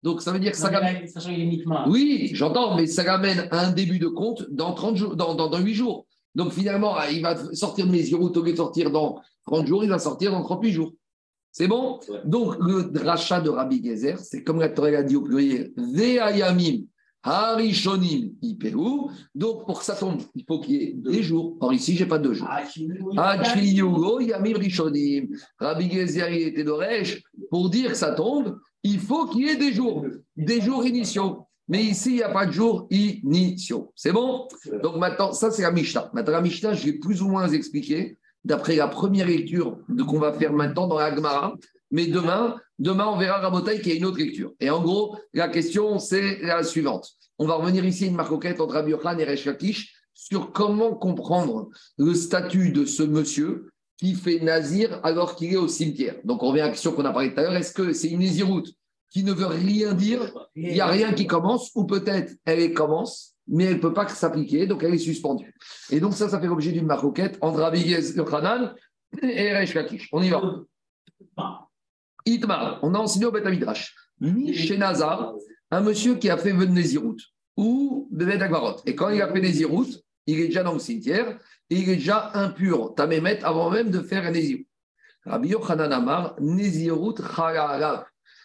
Donc, ça veut dire que ça
Non, mais
ramène.
là, sachant qu'il est uniquement.
Oui, j'entends, mais ça ramène à un début de compte dans trente jours, dans, dans, dans huit jours. Donc, finalement, il va sortir de Nézirut, au lieu de sortir dans trente jours, il va sortir dans trente-huit jours. C'est bon?
Ouais.
Donc, le rachat de Rabbi Gezer, c'est comme la Torah l'a dit au pluriel, Ve'ayamim, Harishonim, Iperu. Donc, pour que ça tombe, il faut qu'il y ait des jours. Or, ici, je n'ai pas deux jours. Achiyugo, Yamim Rishonim. Rabbi Gezer, il était d'Oresh. Pour dire que ça tombe, il faut qu'il y ait des jours, des jours initiaux. Mais ici, il n'y a pas de jours initiaux. C'est bon? Donc, maintenant, ça, c'est la Mishnah. Maintenant, la Mishnah, je l'ai plus ou moins expliqué d'après la première lecture de, qu'on va faire maintenant dans la Gemara. Mais demain, demain, on verra Rabotai qu'il y a une autre lecture. Et en gros, la question, c'est la suivante. On va revenir ici à une marcoquette entre Rabbi Yochanan et Resh Lakish sur comment comprendre le statut de ce monsieur qui fait nazir alors qu'il est au cimetière. Donc, on revient à la question qu'on a parlé tout à l'heure. Est-ce que c'est une naziroute qui ne veut rien dire? Il n'y a rien qui commence, ou peut-être elle commence, mais elle ne peut pas s'appliquer, donc elle est suspendue. Et donc ça, ça fait l'objet d'une maroquette entre Rabbi Yochanan et Resh Lakish. On y va. Itmar, on a enseigné au Beth Midrash. Ni chez Nazar, un monsieur qui a fait Nézirut ou Beth Agvarot. Et quand il a fait Nézirut, il est déjà dans le cimetière et il est déjà impur, Tamémet, avant même de faire un Nézirut. Rabbi Yochanan Amar, Nézirut Chalav.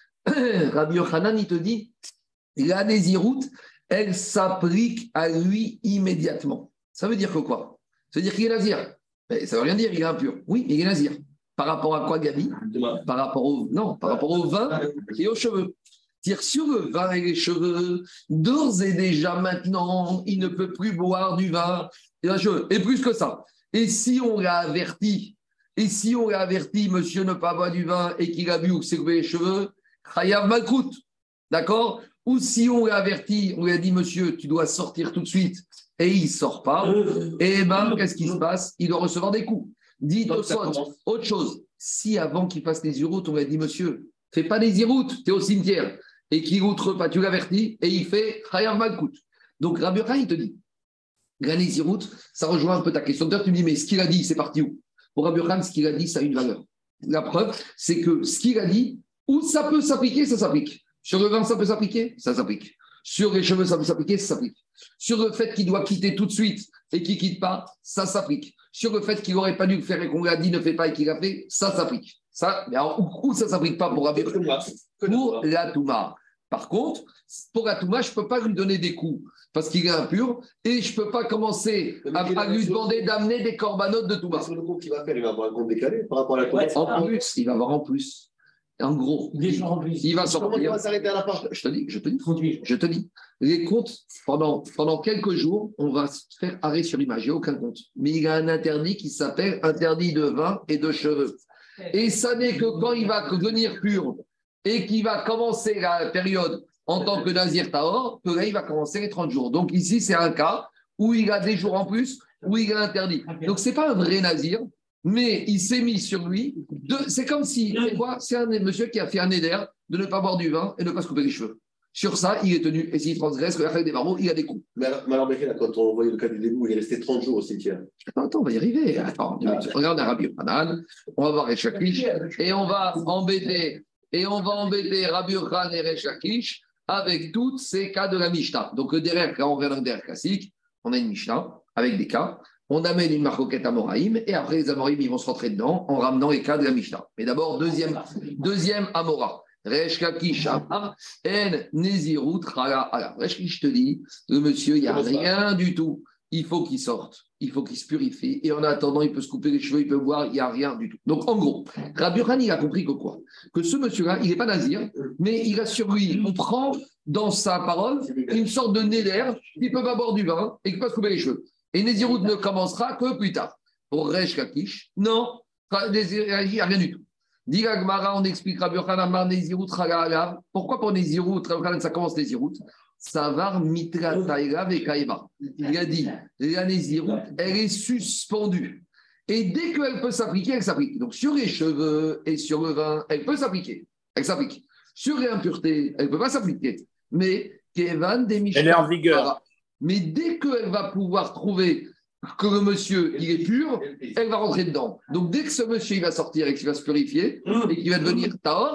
Rabbi Yochanan, il te dit, la Nézirut, elle s'applique à lui immédiatement. Ça veut dire que quoi? Ça veut dire qu'il est nazir. Mais ça ne veut rien dire, il est impur. Oui, il est nazir. Par rapport à quoi, Gabi? Par rapport au, non, par rapport au vin et aux cheveux. C'est-à-dire, sur le vin et les cheveux, d'ores et déjà maintenant, il ne peut plus boire du vin et les cheveux. Et plus que ça. Et si on l'a averti, et si on l'a averti, monsieur ne pas boire du vin et qu'il a bu ou s'est coupé les cheveux, Chayav Malkout. D'accord? Ou si on l'a averti, on lui a dit, monsieur, tu dois sortir tout de suite, et il ne sort pas, et bien, qu'est-ce qui se passe? Il doit recevoir des coups. Dites autre chose. Si avant qu'il fasse les ziroutes, on lui a dit, monsieur, fais pas les ziroutes, tu es au cimetière, et qu'il outre pas, tu l'avertis, et il fait Chayav Malkout. Donc, Rabbi Yochanan, il te dit, les ziroutes, ça rejoint un peu ta question. D'ailleurs, tu me dis, mais ce qu'il a dit, c'est parti où? Pour Rabbi Yochanan, ce qu'il a dit, ça a une valeur. La preuve, c'est que ce qu'il a dit, où ça peut s'appliquer, ça s'applique. Sur le vin, ça peut s'appliquer, ça s'applique. Sur les cheveux, ça peut s'appliquer, ça s'applique. Sur le fait qu'il doit quitter tout de suite et qu'il ne quitte pas, ça s'applique. Sur le fait qu'il n'aurait pas dû le faire et qu'on lui a dit ne fais pas et qu'il a fait, ça s'applique. Ça, mais alors, où, où ça ne s'applique pas pour Rabbi Yochanan? Pour la Touma. Par contre, pour la Touma, je ne peux pas lui donner des coups parce qu'il est impur et je ne peux pas commencer à, à lui demander d'amener des corbanotes de Touma.
Sur le compte qu'il va faire, il va avoir un compte décalé par rapport à la Touma.
Ouais, en plus, il va avoir en plus. En gros, il, il va sortir.
Comment il va s'arrêter à la fin?
Je te dis, je te dis, je te dis. Les comptes, pendant, pendant quelques jours, on va se faire arrêt sur image. Il n'y a aucun compte. Mais il y a un interdit qui s'appelle interdit de vin et de cheveux. Et ça n'est que quand il va devenir pur et qu'il va commencer la période en tant que Nazir Tahor, que là, il va commencer les trente jours. Donc ici, c'est un cas où il a des jours en plus, où il est interdit. Donc, ce n'est pas un vrai Nazir. Mais il s'est mis sur lui. De... C'est comme si, c'est quoi? C'est un monsieur qui a fait un éder de ne pas boire du vin et de ne pas se couper les cheveux. Sur ça, il est tenu. Et s'il transgresse, le des barreaux, il a des coups.
Mais alors, mais alors là, quand on voyait le cas du début, il est resté trente jours au cimetière.
Attends, attends, on va y arriver. Attends, ah, regarde Rabbi Yochanan, on va voir Resh Lakish et on va embêter, et on va embêter Rabbi Yochanan et Resh Lakish avec tous ces cas de la Mishnah. Donc, le derrière, quand on revient dans le derrière classique, on a une Mishnah avec des cas. On amène une marcoquette à Amoraïm et après les Amoraïm, ils vont se rentrer dedans en ramenant les cas de la Mishnah. Mais d'abord, deuxième, deuxième Amora. Resh Lakish Amar En Nezirut Chala Ala. Resh Lakish te dit, le monsieur, il n'y a rien du tout. Il faut qu'il sorte, il faut qu'il se purifie. Et en attendant, il peut se couper les cheveux, il peut boire, il n'y a rien du tout. Donc en gros, Rabbi Yochanan, il a compris que quoi? Que ce monsieur-là, il n'est pas nazir, mais il a sur lui, on prend dans sa parole une sorte de néder qui ne peut pas boire du vin et qui peut se couper les cheveux. Et Nézirut ne commencera que plus tard. Pour Resh Lakish, non, il n'y a rien du tout. Dit la Gemara, on explique Rabbi Yochanan, Nézirut Chala. Pourquoi pour Nézirut, ça commence Nézirut? Savar Mitra Taïra Vekaïma. Il a dit, la Nézirut, elle est suspendue. Et dès qu'elle peut s'appliquer, elle s'applique. Donc sur les cheveux et sur le vin, elle peut s'appliquer. Elle s'applique. Sur les impuretés, elle ne peut pas s'appliquer. Mais Kevan des
Elle est en vigueur.
Mais dès qu'elle va pouvoir trouver que le monsieur il est pur, elle va rentrer dedans. Donc dès que ce monsieur il va sortir et qu'il va se purifier et qu'il va devenir tahor,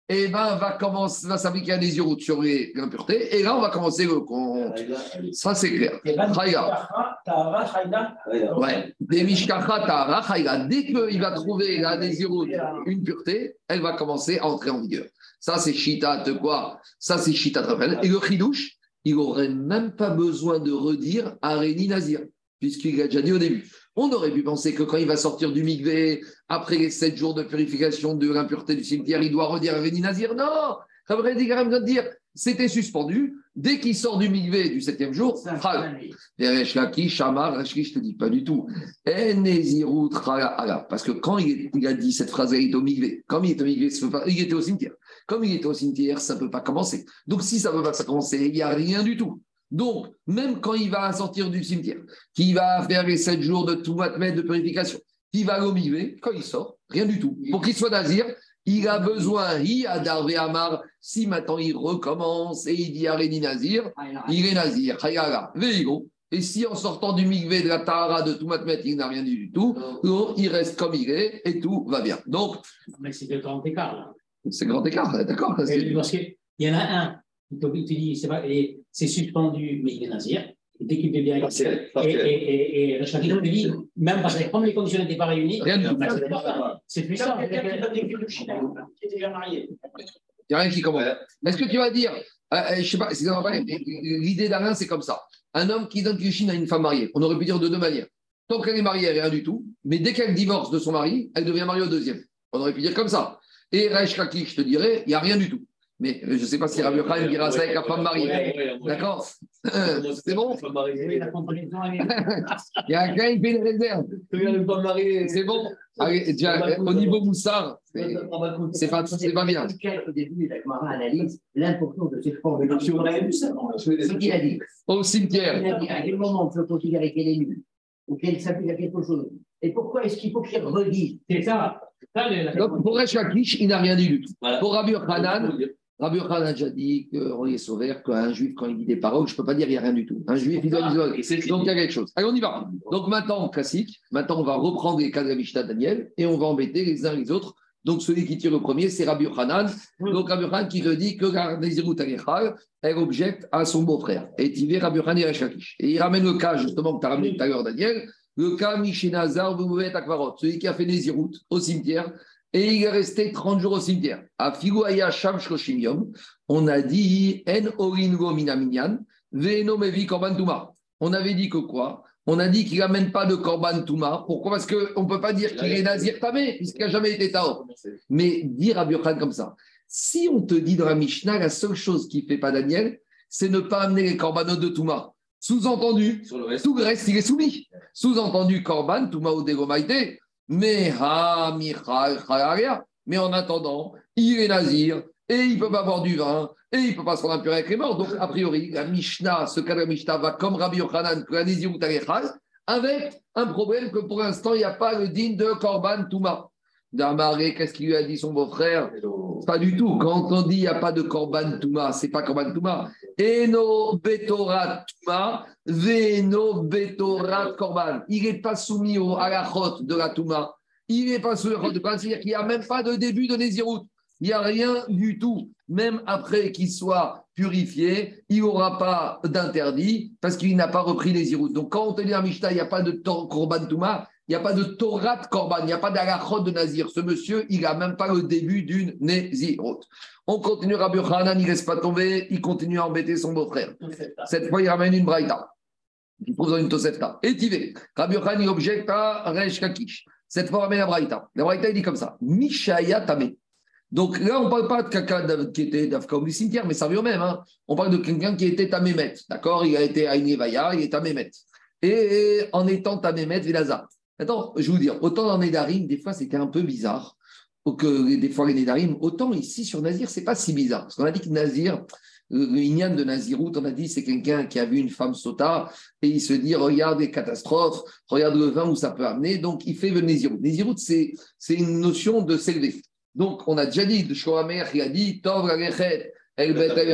et ben va commencer, va s'appliquer un Nézirut sur les impuretés, et là on va commencer le compte. Ça c'est clair. Chaïla. Ouais. Des Mishkacha Tahara Chaïla. Dès qu'il va trouver la Nézirut une pureté, elle va commencer à entrer en vigueur. Ça c'est Shita de quoi? Ça c'est Shita de Et le Chidouche, il n'aurait même pas besoin de redire Areni Nazir, puisqu'il a déjà dit au début. On aurait pu penser que quand il va sortir du mikvé, après les sept jours de purification de l'impureté du cimetière, il doit redire Areni Nazir. Non, Rabbi Garam vient de dire, c'était suspendu. Dès qu'il sort du mikvé du septième jour, Reshaki, Shamar, Reshki, je te dis pas du tout. Parce que quand il, il a dit cette phrase, il était au mikvé. Comme il était au mikvé, il était au cimetière. Comme il était au cimetière, ça ne peut pas commencer. Donc si ça ne peut pas commencer, il n'y a rien du tout. Donc, même quand il va sortir du cimetière, qu'il va faire les sept jours de tout mètre de purification, qu'il va au mikvé, quand il sort, rien du tout. Pour qu'il soit nazir, il a besoin, il a d'Arvé Amar, si maintenant il recommence et il dit Areni Nazir, il est nazir, Hayala, Veigo. Et si en sortant du mikvé de la Tahara de tout mètre, il n'a rien dit du tout, donc il reste comme il est et tout va bien. Donc,
mais c'est le grand écart là.
C'est grand écart, d'accord.
Parce qu'il y en a un, tu dis, c'est, pas, et c'est suspendu, mais il est nazir. Dès qu'il devient et, et, et, et le Shaki te dit, même parce que comme les conditions n'étaient pas réunies, c'est puissant. Il y a déjà marié.
Il n'y a rien qui commence. Est-ce que tu vas dire, euh, je ne sais pas, l'idée d'Alain, c'est comme ça. Un homme qui donne Kiddushin à une femme mariée, on aurait pu dire de deux manières. Tant qu'elle est mariée, elle n'a rien du tout, mais dès qu'elle divorce de son mari, elle devient mariée au deuxième. On aurait pu dire comme ça. Et Resh Kaki, je te dirais, il n'y a rien du tout. Mais je ne sais pas si Rabbi Yochanan dira ça avec la femme mariée. Ouais, ouais, ouais, d'accord euh, c'est bon. Il y a quelqu'un qui fait une réserve. C'est bon. Allez, déjà, au niveau Moussard, c'est pas, c'est pas bien.
Au début, la Gemara analyse l'importance de cette formulation. Ce qu'il a dit.
Au cimetière.
Il a dit à quel moment on peut considérer qu'elle est nulle ou qu'elle s'applique à quelque chose. Et pourquoi est-ce qu'il faut qu'il redise?
C'est ça.
Donc, pour Resh Lakish, il n'a rien dit du tout. Voilà. Pour Rabbi Yochanan, Rabbi Yochanan a déjà dit qu'on est sauvé, qu'un juif, quand il dit des paroles, je ne peux pas dire qu'il n'y a rien du tout. Un juif, il doit isoler. Donc, il y a quelque chose. Allez, on y va. Donc, maintenant, classique, maintenant, on va reprendre les cas de la Mishnah Daniel et on va embêter les uns les autres. Donc, celui qui tire le premier, c'est Rabbi Yochanan. Donc, Rabbi Yochanan qui te dit que la Nézirut Alechal, elle objecte à son beau-frère. Et tu veux Rabbi Yochanan et Resh Lakish. Et il ramène le cas, justement, que tu as ramené tout à l'heure, Daniel. Le cas Mishénazar, vous pouvez être Akvarot, celui qui a fait Nézirut au cimetière. Et il est resté trente jours au cimetière. À Figouaya Sham Shloshim Yom, on a dit En Oringo Minaminyan, Veno Mevi Korban Touma. On avait dit que quoi? On a dit qu'il n'amène pas de Korban Touma. Pourquoi? Parce qu'on ne peut pas dire qu'il est Nazir Tamé, puisqu'il n'a jamais été Taor. Mais dire à Biochan comme ça, si on te dit dans la Mishnah, la seule chose qui ne fait pas Daniel, c'est ne pas amener les Korbanot de Touma. Sous-entendu, tout le reste, il est soumis. Sous-entendu, Korban Touma ou Degomaïté. Mais, ha, Michal, mais en attendant, il est nazir et il ne peut pas boire du vin et il ne peut pas se rendre impur avec les morts. Donc, a priori, la Mishnah, ce cas de la Mishnah va comme Rabbi Yochanan, que la Nézirut Alechal, avec un problème que pour l'instant, il n'y a pas le digne de Korban Touma. Damaré, qu'est-ce qu'il lui a dit son beau-frère? Pas du tout. Quand on dit il n'y a pas de Korban Touma, ce n'est pas Korban Touma. Eno Betorat Touma, Veno Betorat Korban. Il n'est pas soumis au, à la chot de la Touma. Il n'est pas soumis à la chot de Korban. C'est-à-dire qu'il n'y a même pas de début de Nézirut. Il n'y a rien du tout. Même après qu'il soit purifié, il n'aura pas d'interdit parce qu'il n'a pas repris Nézirut. Donc quand on te dit à Mishnah, il n'y a pas de Korban Touma, il n'y a pas de Torah Korban, il n'y a pas d'alachot de Nazir. Ce monsieur, il n'a même pas le début d'une Nézirut. On continue, Rabbi Yochanan, il ne laisse pas tomber, il continue à embêter son beau-frère. Cette fois, il ramène une braïta. Il pose dans une tosefta. Et Tivé. Rabbi Yochanan, il objecte à Resh Lakish. Cette fois, il ramène la braïta. La braïta, il dit comme ça. Mishaya Tamé. Donc là, on ne parle pas de quelqu'un qui était d'Afka du cimetière, mais ça vient même. Hein. On parle de quelqu'un qui était Tamémet. D'accord? Il a été à Inevaya, il est Tamémet. Et en étant Tamémet, Vilazar. Attends, je vais vous dire, autant dans Nédarim, des fois, c'était un peu bizarre. Que des fois, les Nédarim, autant ici, sur Nazir, c'est pas si bizarre. Parce qu'on a dit que Nazir, le Inyan de Nazirut, on a dit, c'est quelqu'un qui a vu une femme sota et il se dit, regarde les catastrophes, regarde le vin où ça peut amener. Donc, il fait le Nazirut. Nazirut, c'est, c'est une notion de s'élever. Donc, on a déjà dit, de Shoamer, il a dit, Tov la Rechet, El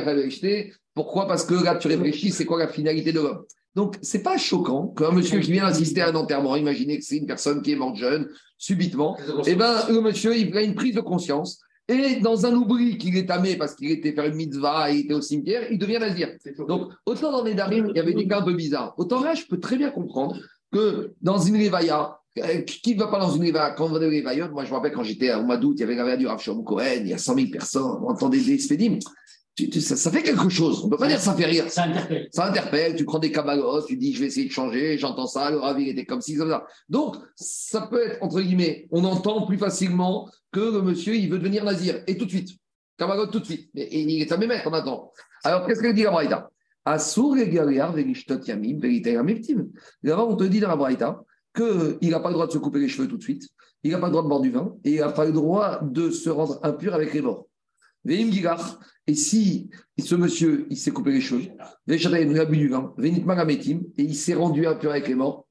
Bet. Pourquoi? Parce que là, tu réfléchis, c'est quoi la finalité de l'homme? Donc, ce n'est pas choquant qu'un monsieur qui vient assister à un enterrement, imaginez que c'est une personne qui est morte jeune, subitement, et bien le monsieur, il a une prise de conscience Et dans un oubli qu'il est tamé parce qu'il était faire une mitzvah, il était au cimetière, il devient nazir. Donc, autant dans les Darim, il y avait des cas un peu bizarres. Autant là, je peux très bien comprendre que dans une Révaïa, qui ne va pas dans une Révaïa? Quand on va dans une Révaïa, moi je me rappelle quand j'étais au mois d'août, il y avait la Révaïa du Rav Shlomo Cohen, il y a cent mille personnes, on entendait des spédimes. Tu, tu, ça, ça fait quelque chose. On ne peut pas dire que ça fait rire.
Ça interpelle.
Ça interpelle. Tu prends des cabalos, tu dis je vais essayer de changer, j'entends ça, le Rav il était comme ci, comme ça. Donc, ça peut être, entre guillemets, on entend plus facilement que le monsieur, il veut devenir nazir. Et tout de suite. Cabalot tout de suite. Et, et il est à mes maîtres en attendant. Alors, qu'est-ce qu'elle dit la Braïta? Assour les galiards, vérishtot yamim, vérité ameptim. D'abord, on te dit dans la Braïta qu'il n'a pas le droit de se couper les cheveux tout de suite, il n'a pas le droit de boire du vin, et il n'a pas le droit de se rendre impur avec les morts. Et si ce monsieur, il s'est coupé les cheveux, il a bu du vin, et il s'est rendu impur avec les morts,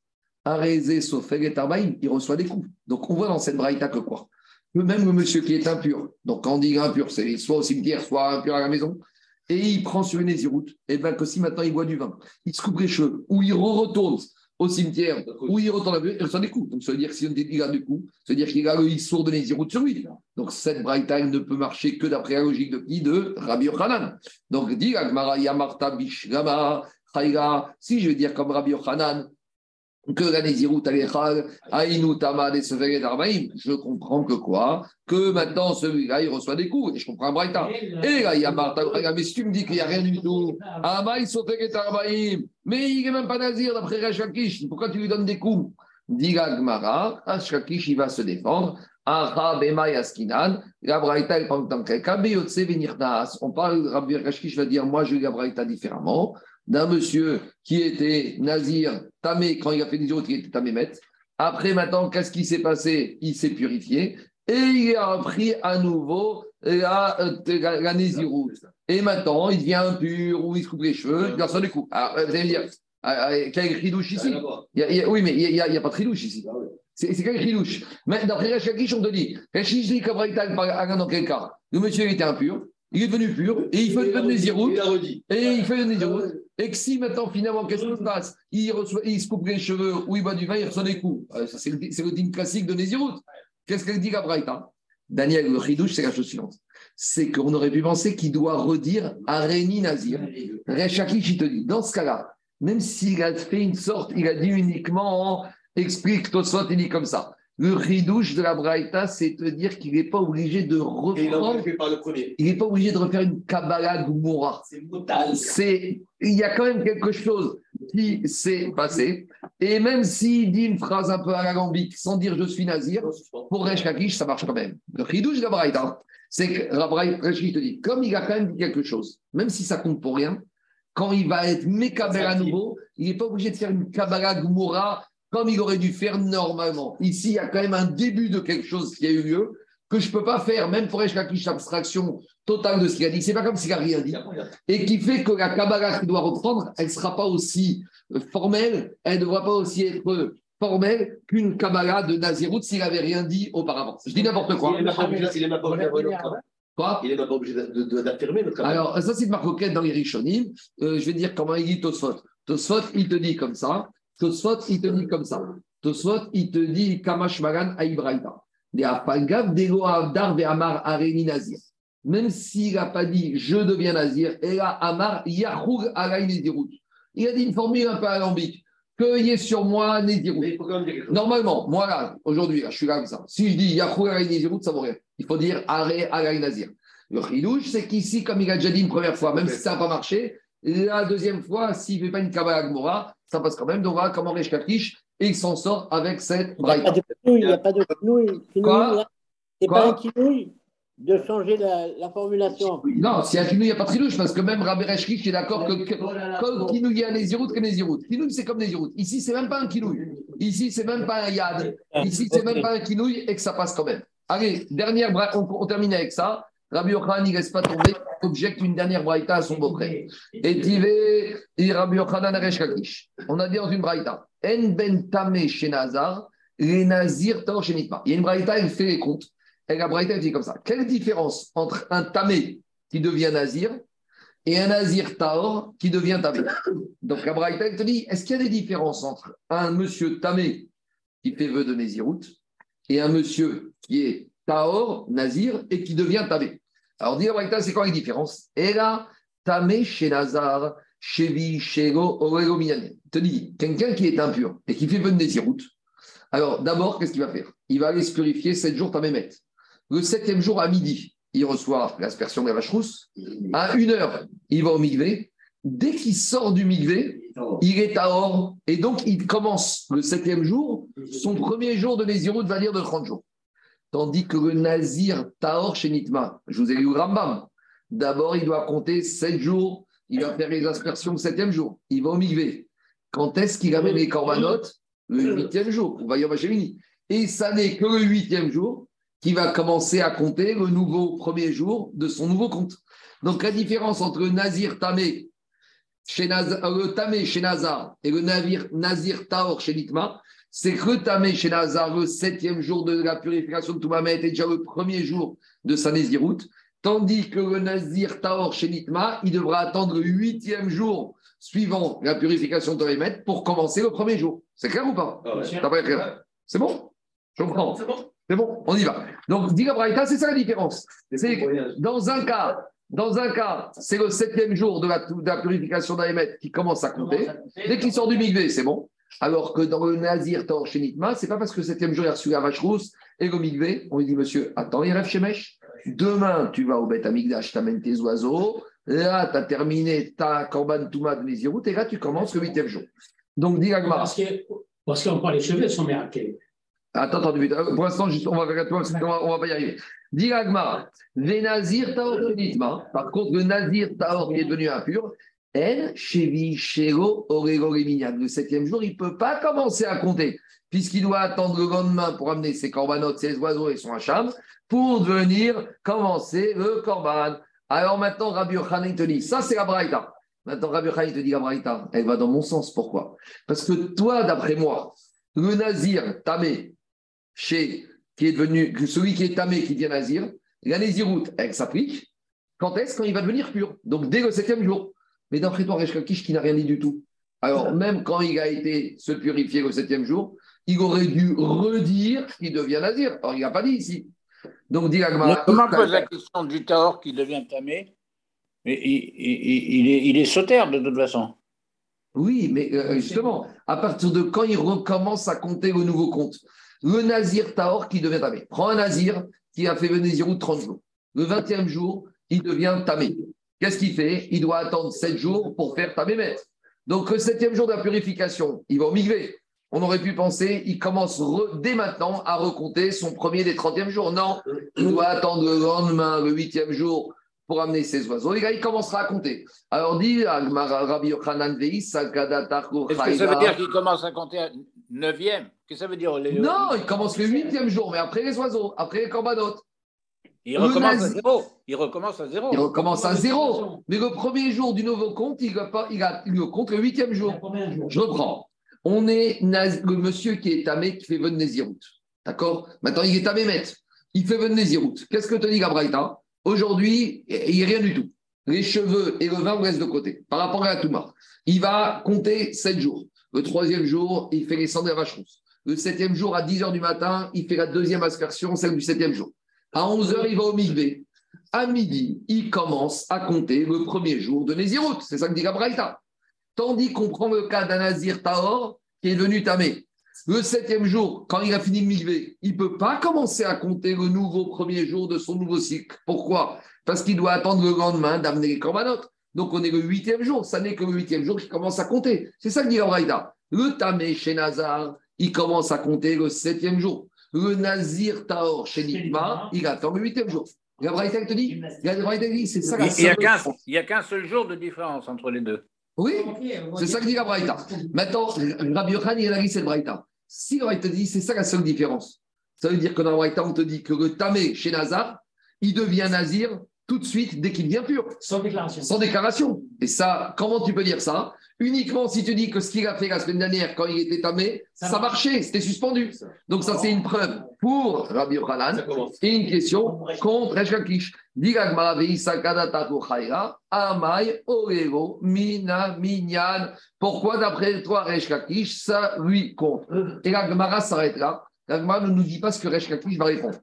il reçoit des coups. Donc on voit dans cette braïta que quoi? Que même le monsieur qui est impur, donc quand on dit impur, c'est soit au cimetière, soit impur à la maison, et il prend sur une nésiroute, et bien que si maintenant il boit du vin, il se coupe les cheveux, ou il retourne au cimetière, où il retourne à la il reçoit des coups. Donc, ça veut dire que si on dit qu'il a des coups, ça veut dire qu'il a le issour de Nézirut sur lui. Donc, cette braïta, elle ne peut marcher que d'après la logique de qui? De Rabbi Yochanan. Donc, dit Agmara Yamarta Bishlama Chayra. Si je veux dire comme Rabbi Yochanan, que la Nézirut Alechal, Aïnou Tamad et Seferet Arbaïm, je comprends que quoi? Que maintenant, celui-là, il reçoit des coups. Et je comprends un braïta. Et là, Yamarta, mais si tu me dis qu'il n'y a rien du tout, Amaï Seferet Arbaïm, mais il n'est même pas nazir d'après Resh Lakish. Pourquoi tu lui donnes des coups? Dit Gmara, Resh Lakish, il va se défendre. Aha, Bema Yaskinan, la Braïta, elle parle dans quel cas? Beyotse Venirnas. On parle, Rabbi Lakish va dire, moi, je lis la Braïta différemment. D'un monsieur qui était nazir, tamé, quand il a fait des jours, il était tamémet. Après, maintenant, qu'est-ce qui s'est passé? Il s'est purifié et il a repris à nouveau la, la, la nésiroute. Et maintenant, il devient impur ou il se coupe les cheveux, il reçoit des coups. Alors, vous allez me dire, quel ridouche ici? il y a, il y a, Oui, mais il n'y a, a, a pas de ridouche ici. C'est, c'est quel ridouche? Mais d'après Resh Lakish, on te dit, Resh Lakish dit que dans quel cas? Le monsieur était impur. Il est devenu pur et il fait le nésiroute. Et il fait le nésiroute. Et que si maintenant, finalement, qu'est-ce qui se passe? Il, reçoit, il se coupe les cheveux ou il boit du vin, il reçoit des coups. C'est le, c'est le dîme classique de nésiroute. Qu'est-ce qu'elle dit la Braïta? Daniel, le chidouche, c'est la chose suivante. C'est qu'on aurait pu penser qu'il doit redire Aréni Nazir. Resh Lakish, il te dit, dans ce cas-là, même s'il a fait une sorte, il a dit uniquement, explique, Tosfot, il dit comme ça. Le ridouche de la Braïta, c'est te dire qu'il n'est pas obligé de reprendre. Il n'est pas obligé de refaire une Kabbalah Gmoura. C'est brutal. C'est, il y a quand même quelque chose qui s'est passé. Et même s'il dit une phrase un peu alambique, sans dire je suis nazir, pour Resh Lakish, ça marche quand même. Le ridouche de la Braïta, c'est que la Braïta, Resh Lakish te dit, comme il a quand même dit quelque chose, même si ça compte pour rien, quand il va être Mekaber à nouveau, il n'est pas obligé de faire une Kabbalah Gmoura comme il aurait dû faire normalement. Ici, il y a quand même un début de quelque chose qui a eu lieu que je ne peux pas faire, même pour Resh Lakish, l'abstraction totale de ce qu'il a dit. Ce n'est pas comme s'il n'a rien dit. Et qui fait que la Kabbalah qu'il doit reprendre, elle ne sera pas aussi formelle, elle ne devra pas aussi être formelle qu'une Kabbalah de Nazirout s'il n'avait rien dit auparavant. Je dis n'importe quoi.
Il n'est pas obligé Quoi Il n'est pas obligé d'affirmer notre Kabbalah.
Alors, ça, c'est une marcoquette dans les Rishonim. Euh, je vais dire comment il dit Tosfot. Tosfot, il te dit comme ça. Tosfot, il te dit comme ça. Tosfot, il te dit Kamash Magan Aïbraïta. Même s'il n'a pas dit je deviens nazir, et là, Amar Yahoug Alaï Nézirut. Il a dit une formule un peu alambique. Qu'il y ait sur moi Nézirut. Normalement, moi là, aujourd'hui, là, je suis là comme ça. Si je dis Yahoug Alaï Nézirut, ça vaut rien. Il faut dire Aré Alaï Nazir. Le chidouche, c'est qu'ici, comme il a déjà dit une première fois, même si ça n'a pas marché, la deuxième fois, s'il ne fait pas une Kabbalah Gmora, ça passe quand même. Donc voilà comment Resh Lakish, et il s'en sort avec cette braïta.
Il n'y a pas de quinouille.
Quoi?
C'est pas un quinouille de changer la, la formulation.
Non, si un quinouille, il n'y a pas de quinouille, parce que même Rabbi Resh Lakish est d'accord que, que comme quinouille, il y a Nézirut que Nézirut. Quinouille, c'est comme Nézirut. Ici, c'est même pas un quinouille. Ici, c'est même pas un yad. Ici, c'est même pas un quinouille et que ça passe quand même. Allez, dernière braïta, on, on termine avec ça. Rabbi Yochanan, il ne laisse pas tomber, objecte une dernière braïta à son beau-frère. Et Tivé, et Rabbi Yochanan Resh Lakish. On a dit dans une braïta, En ben tamé chez Nazar, les nazir tor chez Nitma. Il y a une braïta, elle fait les comptes. Et la braïta, elle dit comme ça. Quelle différence entre un tamé qui devient nazir et un nazir taor qui devient tamé? Donc la braïta, elle te dit, est-ce qu'il y a des différences entre un monsieur tamé qui fait vœu de Nézirout et un monsieur qui est Taor, Nazir, et qui devient Tamé. Alors, dit la c'est quoi la différence? Et là, Tamé chez Nazar, Chevi, Shego, Orego, Minyan. Il te dit, quelqu'un qui est impur et qui fait venir des Nézirout, alors d'abord, qu'est-ce qu'il va faire? Il va aller se purifier sept jours Tamémet. Le septième jour à midi, il reçoit l'aspersion de la vache rousse. À une heure, il va au Migvé. Dès qu'il sort du Migvé, il est Taor. Et donc, il commence le septième jour, son premier jour de Nézirout va dire de trente jours. Tandis que le Nazir Taor chez Nitma, je vous ai lu le Rambam. D'abord, il doit compter sept jours. Il va faire les aspersions le septième jour. Il va au Migvé. Quand est-ce qu'il amène les corbanotes? Le huitième jour. On va y avoir Et ça n'est que le huitième jour qu'il va commencer à compter le nouveau premier jour de son nouveau compte. Donc, la différence entre le Nazir Tamé chez Nazar, le Tamé chez Nazar et le Nazir, Nazir Taor chez Nitma, c'est que le Tamé chez Nazar, le septième jour de la purification de Toumamet, est déjà le premier jour de sa Nézirout. Tandis que le Nazir Taor chez Nitma, il devra attendre le huitième jour suivant la purification de Toumamet pour commencer le premier jour. C'est clair ou pas?
Ah ouais.
Ça paraît clair. C'est bon? Je comprends. C'est bon. C'est bon, on y va. Donc, dit la Braïta, c'est ça la différence. C'est que dans un cas, dans un cas, c'est le septième jour de la, de la purification d'Ahémet qui commence à compter. Dès qu'il sort du Migvé, c'est bon. Alors que dans le Nazir Taor chez Nitma, c'est pas parce que le septième jour, il a reçu la vache rousse et le Migvé, on lui dit, monsieur, attends, il rêve chez Mèche. Demain, tu vas au Beth Amikdash, tu amènes tes oiseaux. Là, tu as terminé ta Korban Touma de Nézirout et là, tu commences le huitième jour. Donc, dit Agmara.
Parce que, parce qu'on parle des cheveux, sont miraculeux.
Attends, attends, pour l'instant, juste, on va faire on va, on va pas y arriver. Dis Agmara, les Nazir Taor Nitma, par contre, le Nazir Taor qui est devenu impur, El, Chevi, Shego, Orego, Remignan. Le septième jour, il ne peut pas commencer à compter, puisqu'il doit attendre le lendemain pour amener ses corbanotes, ses oiseaux et son hacham, pour venir commencer le korban. Alors maintenant, Rabbi Yochanan te dit, ça c'est la Braïta. Maintenant, Rabbi Yochanan te dit, la Braïta, elle va dans mon sens. Pourquoi? Parce que toi, d'après moi, le Nazir Tamé, chez, qui est devenu, celui qui est tamé, qui devient nazir, la néziroute, elle s'applique. Quand est-ce? Quand il va devenir pur. Donc dès le septième jour. Mais d'après toi, Resh Lakish, qui n'a rien dit du tout. Alors même quand il a été se purifier le septième jour, il aurait dû redire qu'il devient nazir. Alors il n'a pas dit ici. Donc dit Agmara.
On me pose la question du Taor qui devient tamé, mais il, il, il, est, il est sautaire de toute façon.
Oui, mais euh, justement, à partir de quand il recommence à compter le nouveau compte? Le Nazir Taor qui devient tamé. Prends un Nazir qui a fait le Nézirout trente jours. Le vingtième jour, il devient tamé. Qu'est-ce qu'il fait? Il doit attendre sept jours pour faire tamémet. Donc, le septième jour de la purification, il va au Migvé. On aurait pu penser, il commence re, dès maintenant à recompter son premier des trentième jours. Non, il doit attendre le lendemain, le huitième jour, pour amener ses oiseaux. Et là, il commencera à compter. Alors, dit Rabbi Yochanan Vei, Sakada Tarko
Est-ce que ça veut dire qu'il commence à compter à neuvième? Qu'est-ce que ça veut dire? Les...
Non, il commence le huitième jour, mais après les oiseaux, après les corbanotes.
Il recommence à zéro. Il recommence à zéro.
Il recommence à zéro. Mais le premier jour du nouveau compte, il, va pas, il, a, il le compte le huitième jour. Je reprends. On est le monsieur qui est tamé, qui fait venir Nézirout. D'accord? Maintenant, il est tamémet. Il fait venir Nézirout. Qu'est-ce que te dit Gabraïta? Aujourd'hui, il n'y a rien du tout. Les cheveux et le vin, on laisse de côté. Par rapport à la Touma, il va compter sept jours. Le troisième jour, il fait les cendres de la vache rousse. Le septième jour, à dix heures du matin, il fait la deuxième aspersion, celle du septième jour. À onze heures, il va au Migvé. À midi, il commence à compter le premier jour de Nézirout. C'est ça que dit la Braïta. Tandis qu'on prend le cas d'un Nazir Taor qui est devenu tamé. Le septième jour, quand il a fini le Migvé, il ne peut pas commencer à compter le nouveau premier jour de son nouveau cycle. Pourquoi? Parce qu'il doit attendre le lendemain d'amener les corbanotes. Donc on est le huitième jour. Ça n'est que le huitième jour qu'il commence à compter. C'est ça que dit la Braïta. Le tamé chez Nazar, il commence à compter le septième jour. Le Nazir Taor chez Nitma, il attend le huitième jour. La Braïta te dit, la Braïta dit, c'est ça la
Il n'y a qu'un seul jour de différence entre les deux.
Oui, c'est ça que dit la Braïta. Maintenant, Rabbi Yochanan, il a dit cette Braïta. Si la Braïta dit, c'est ça la seule différence. Ça veut dire que dans la Braïta, on te dit que le tamé chez Nazar, il devient Nazir tout de suite dès qu'il devient pur.
Sans déclaration.
Sans déclaration. Et ça, comment tu peux dire ça? Uniquement si tu dis que ce qu'il a fait la semaine dernière, quand il était tamé, ça, ça marchait, c'était suspendu. Donc ça, c'est une preuve pour Rabbi Yochanan et une question contre Resh Lakish. Pourquoi, d'après toi, Resh Lakish, ça lui compte? Et la Gemara s'arrête là. La Gemara ne nous dit pas ce que Resh Lakish va répondre.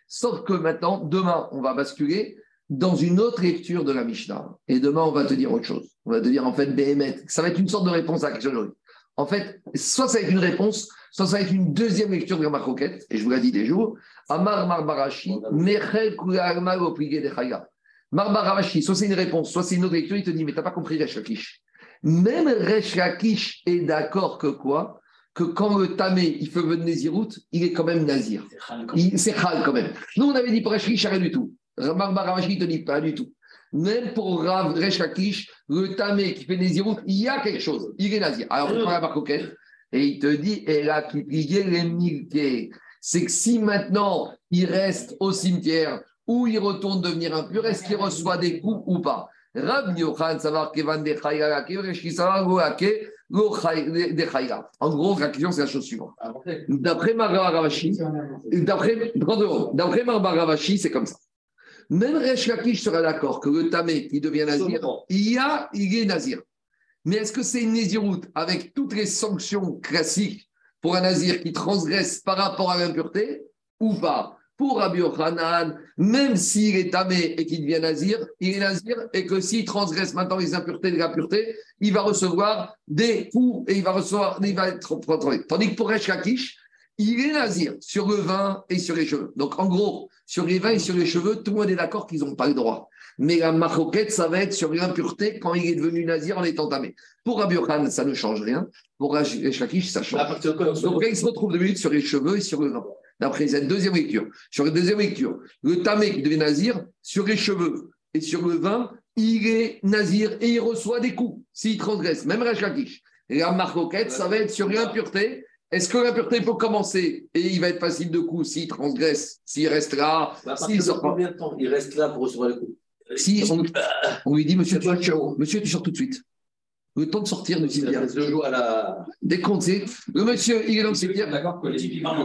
Sauf que maintenant, demain, on va basculer dans une autre lecture de la Mishnah. Et demain, on va te dire autre chose. On va te dire, en fait, Béhémet, ça va être une sorte de réponse à la question d'aujourd'hui. En fait, soit ça va être une réponse, soit ça va être une deuxième lecture de la Marcoquette, et je vous l'ai dit des jours. Amar Marbarashi, Mechel Kulagma Opligé de Chaya. Marbarashi, soit c'est une réponse, soit c'est une autre lecture, il te dit, mais tu n'as pas compris Resh Lakish. Même Resh Lakish est d'accord que quoi? Que quand le tamé, il fait venir Nézirout, il est quand même nazir. C'est chal quand même. Nous, on avait dit pour Resh Lakish, rien du tout. Marbarashi, il te dit pas du tout. Même pour Rav Resh Lakish, le tamé qui fait Nézirout, il y a quelque chose. Il est nazir. Alors, on prend la Marcoquette, et il te dit, et là, qui pliait les milqués. C'est que si maintenant, il reste au cimetière, ou il retourne devenir impur, est-ce qu'il reçoit des coups ou pas? Rab Yochan savoir Kevan de Chayra, Kereshi savoir Goake, Lo de Chayra. En gros, la question, c'est la chose suivante. D'après Marbar Ravashi, d'après d'après Marbar Ravashi, c'est comme ça. Même Resh Lakish sera d'accord que le tamé, il devient nazir, il y a, il est nazir. Mais est-ce que c'est une nésiroute avec toutes les sanctions classiques pour un nazir qui transgresse par rapport à l'impureté ou pas? Pour Rabbi Yochanan, même s'il est tamé et qu'il devient nazir, il est nazir et que s'il transgresse maintenant les impuretés de la pureté, il va recevoir des coups et il va recevoir, il va être contrôlé. Tandis que pour Resh Lakish, il est nazir sur le vin et sur les cheveux. Donc en gros, sur les vins et sur les cheveux, tout le monde est d'accord qu'ils n'ont pas le droit. Mais la maroquette, ça va être sur l'impureté quand il est devenu nazir en étant tamé. Pour Rabbi Yochanan, ça ne change rien. Pour Resh Lakish, ça change. Donc là, il se retrouve de minutes sur les cheveux et sur le vin. D'après cette deuxième lecture. Sur la deuxième lecture, le tamé qui devient nazir, sur les cheveux et sur le vin, il est nazir et il reçoit des coups s'il transgresse, même Resh Lakish. Et la marcoquette, ça va être sur l'impureté. Est-ce que l'impureté peut commencer et il va être passible de coups s'il transgresse, s'il reste là, s'il sort pas?
Combien de temps il reste là pour recevoir les coups?
Si on, on lui dit, monsieur, tu, monsieur, tu sors tout de suite. Le temps de sortir du cimetière.
La...
Dès qu'on sait, le monsieur, il est dans le cimetière.
D'accord que les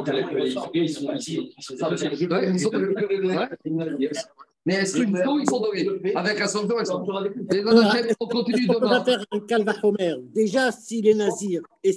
ils sont ici.
Mais est-ce qu'une fois, ils sont donnés? Avec la sanction, ils sont donnés. On continue demain.
On va faire un calvachomer. Déjà, s'il est nazir et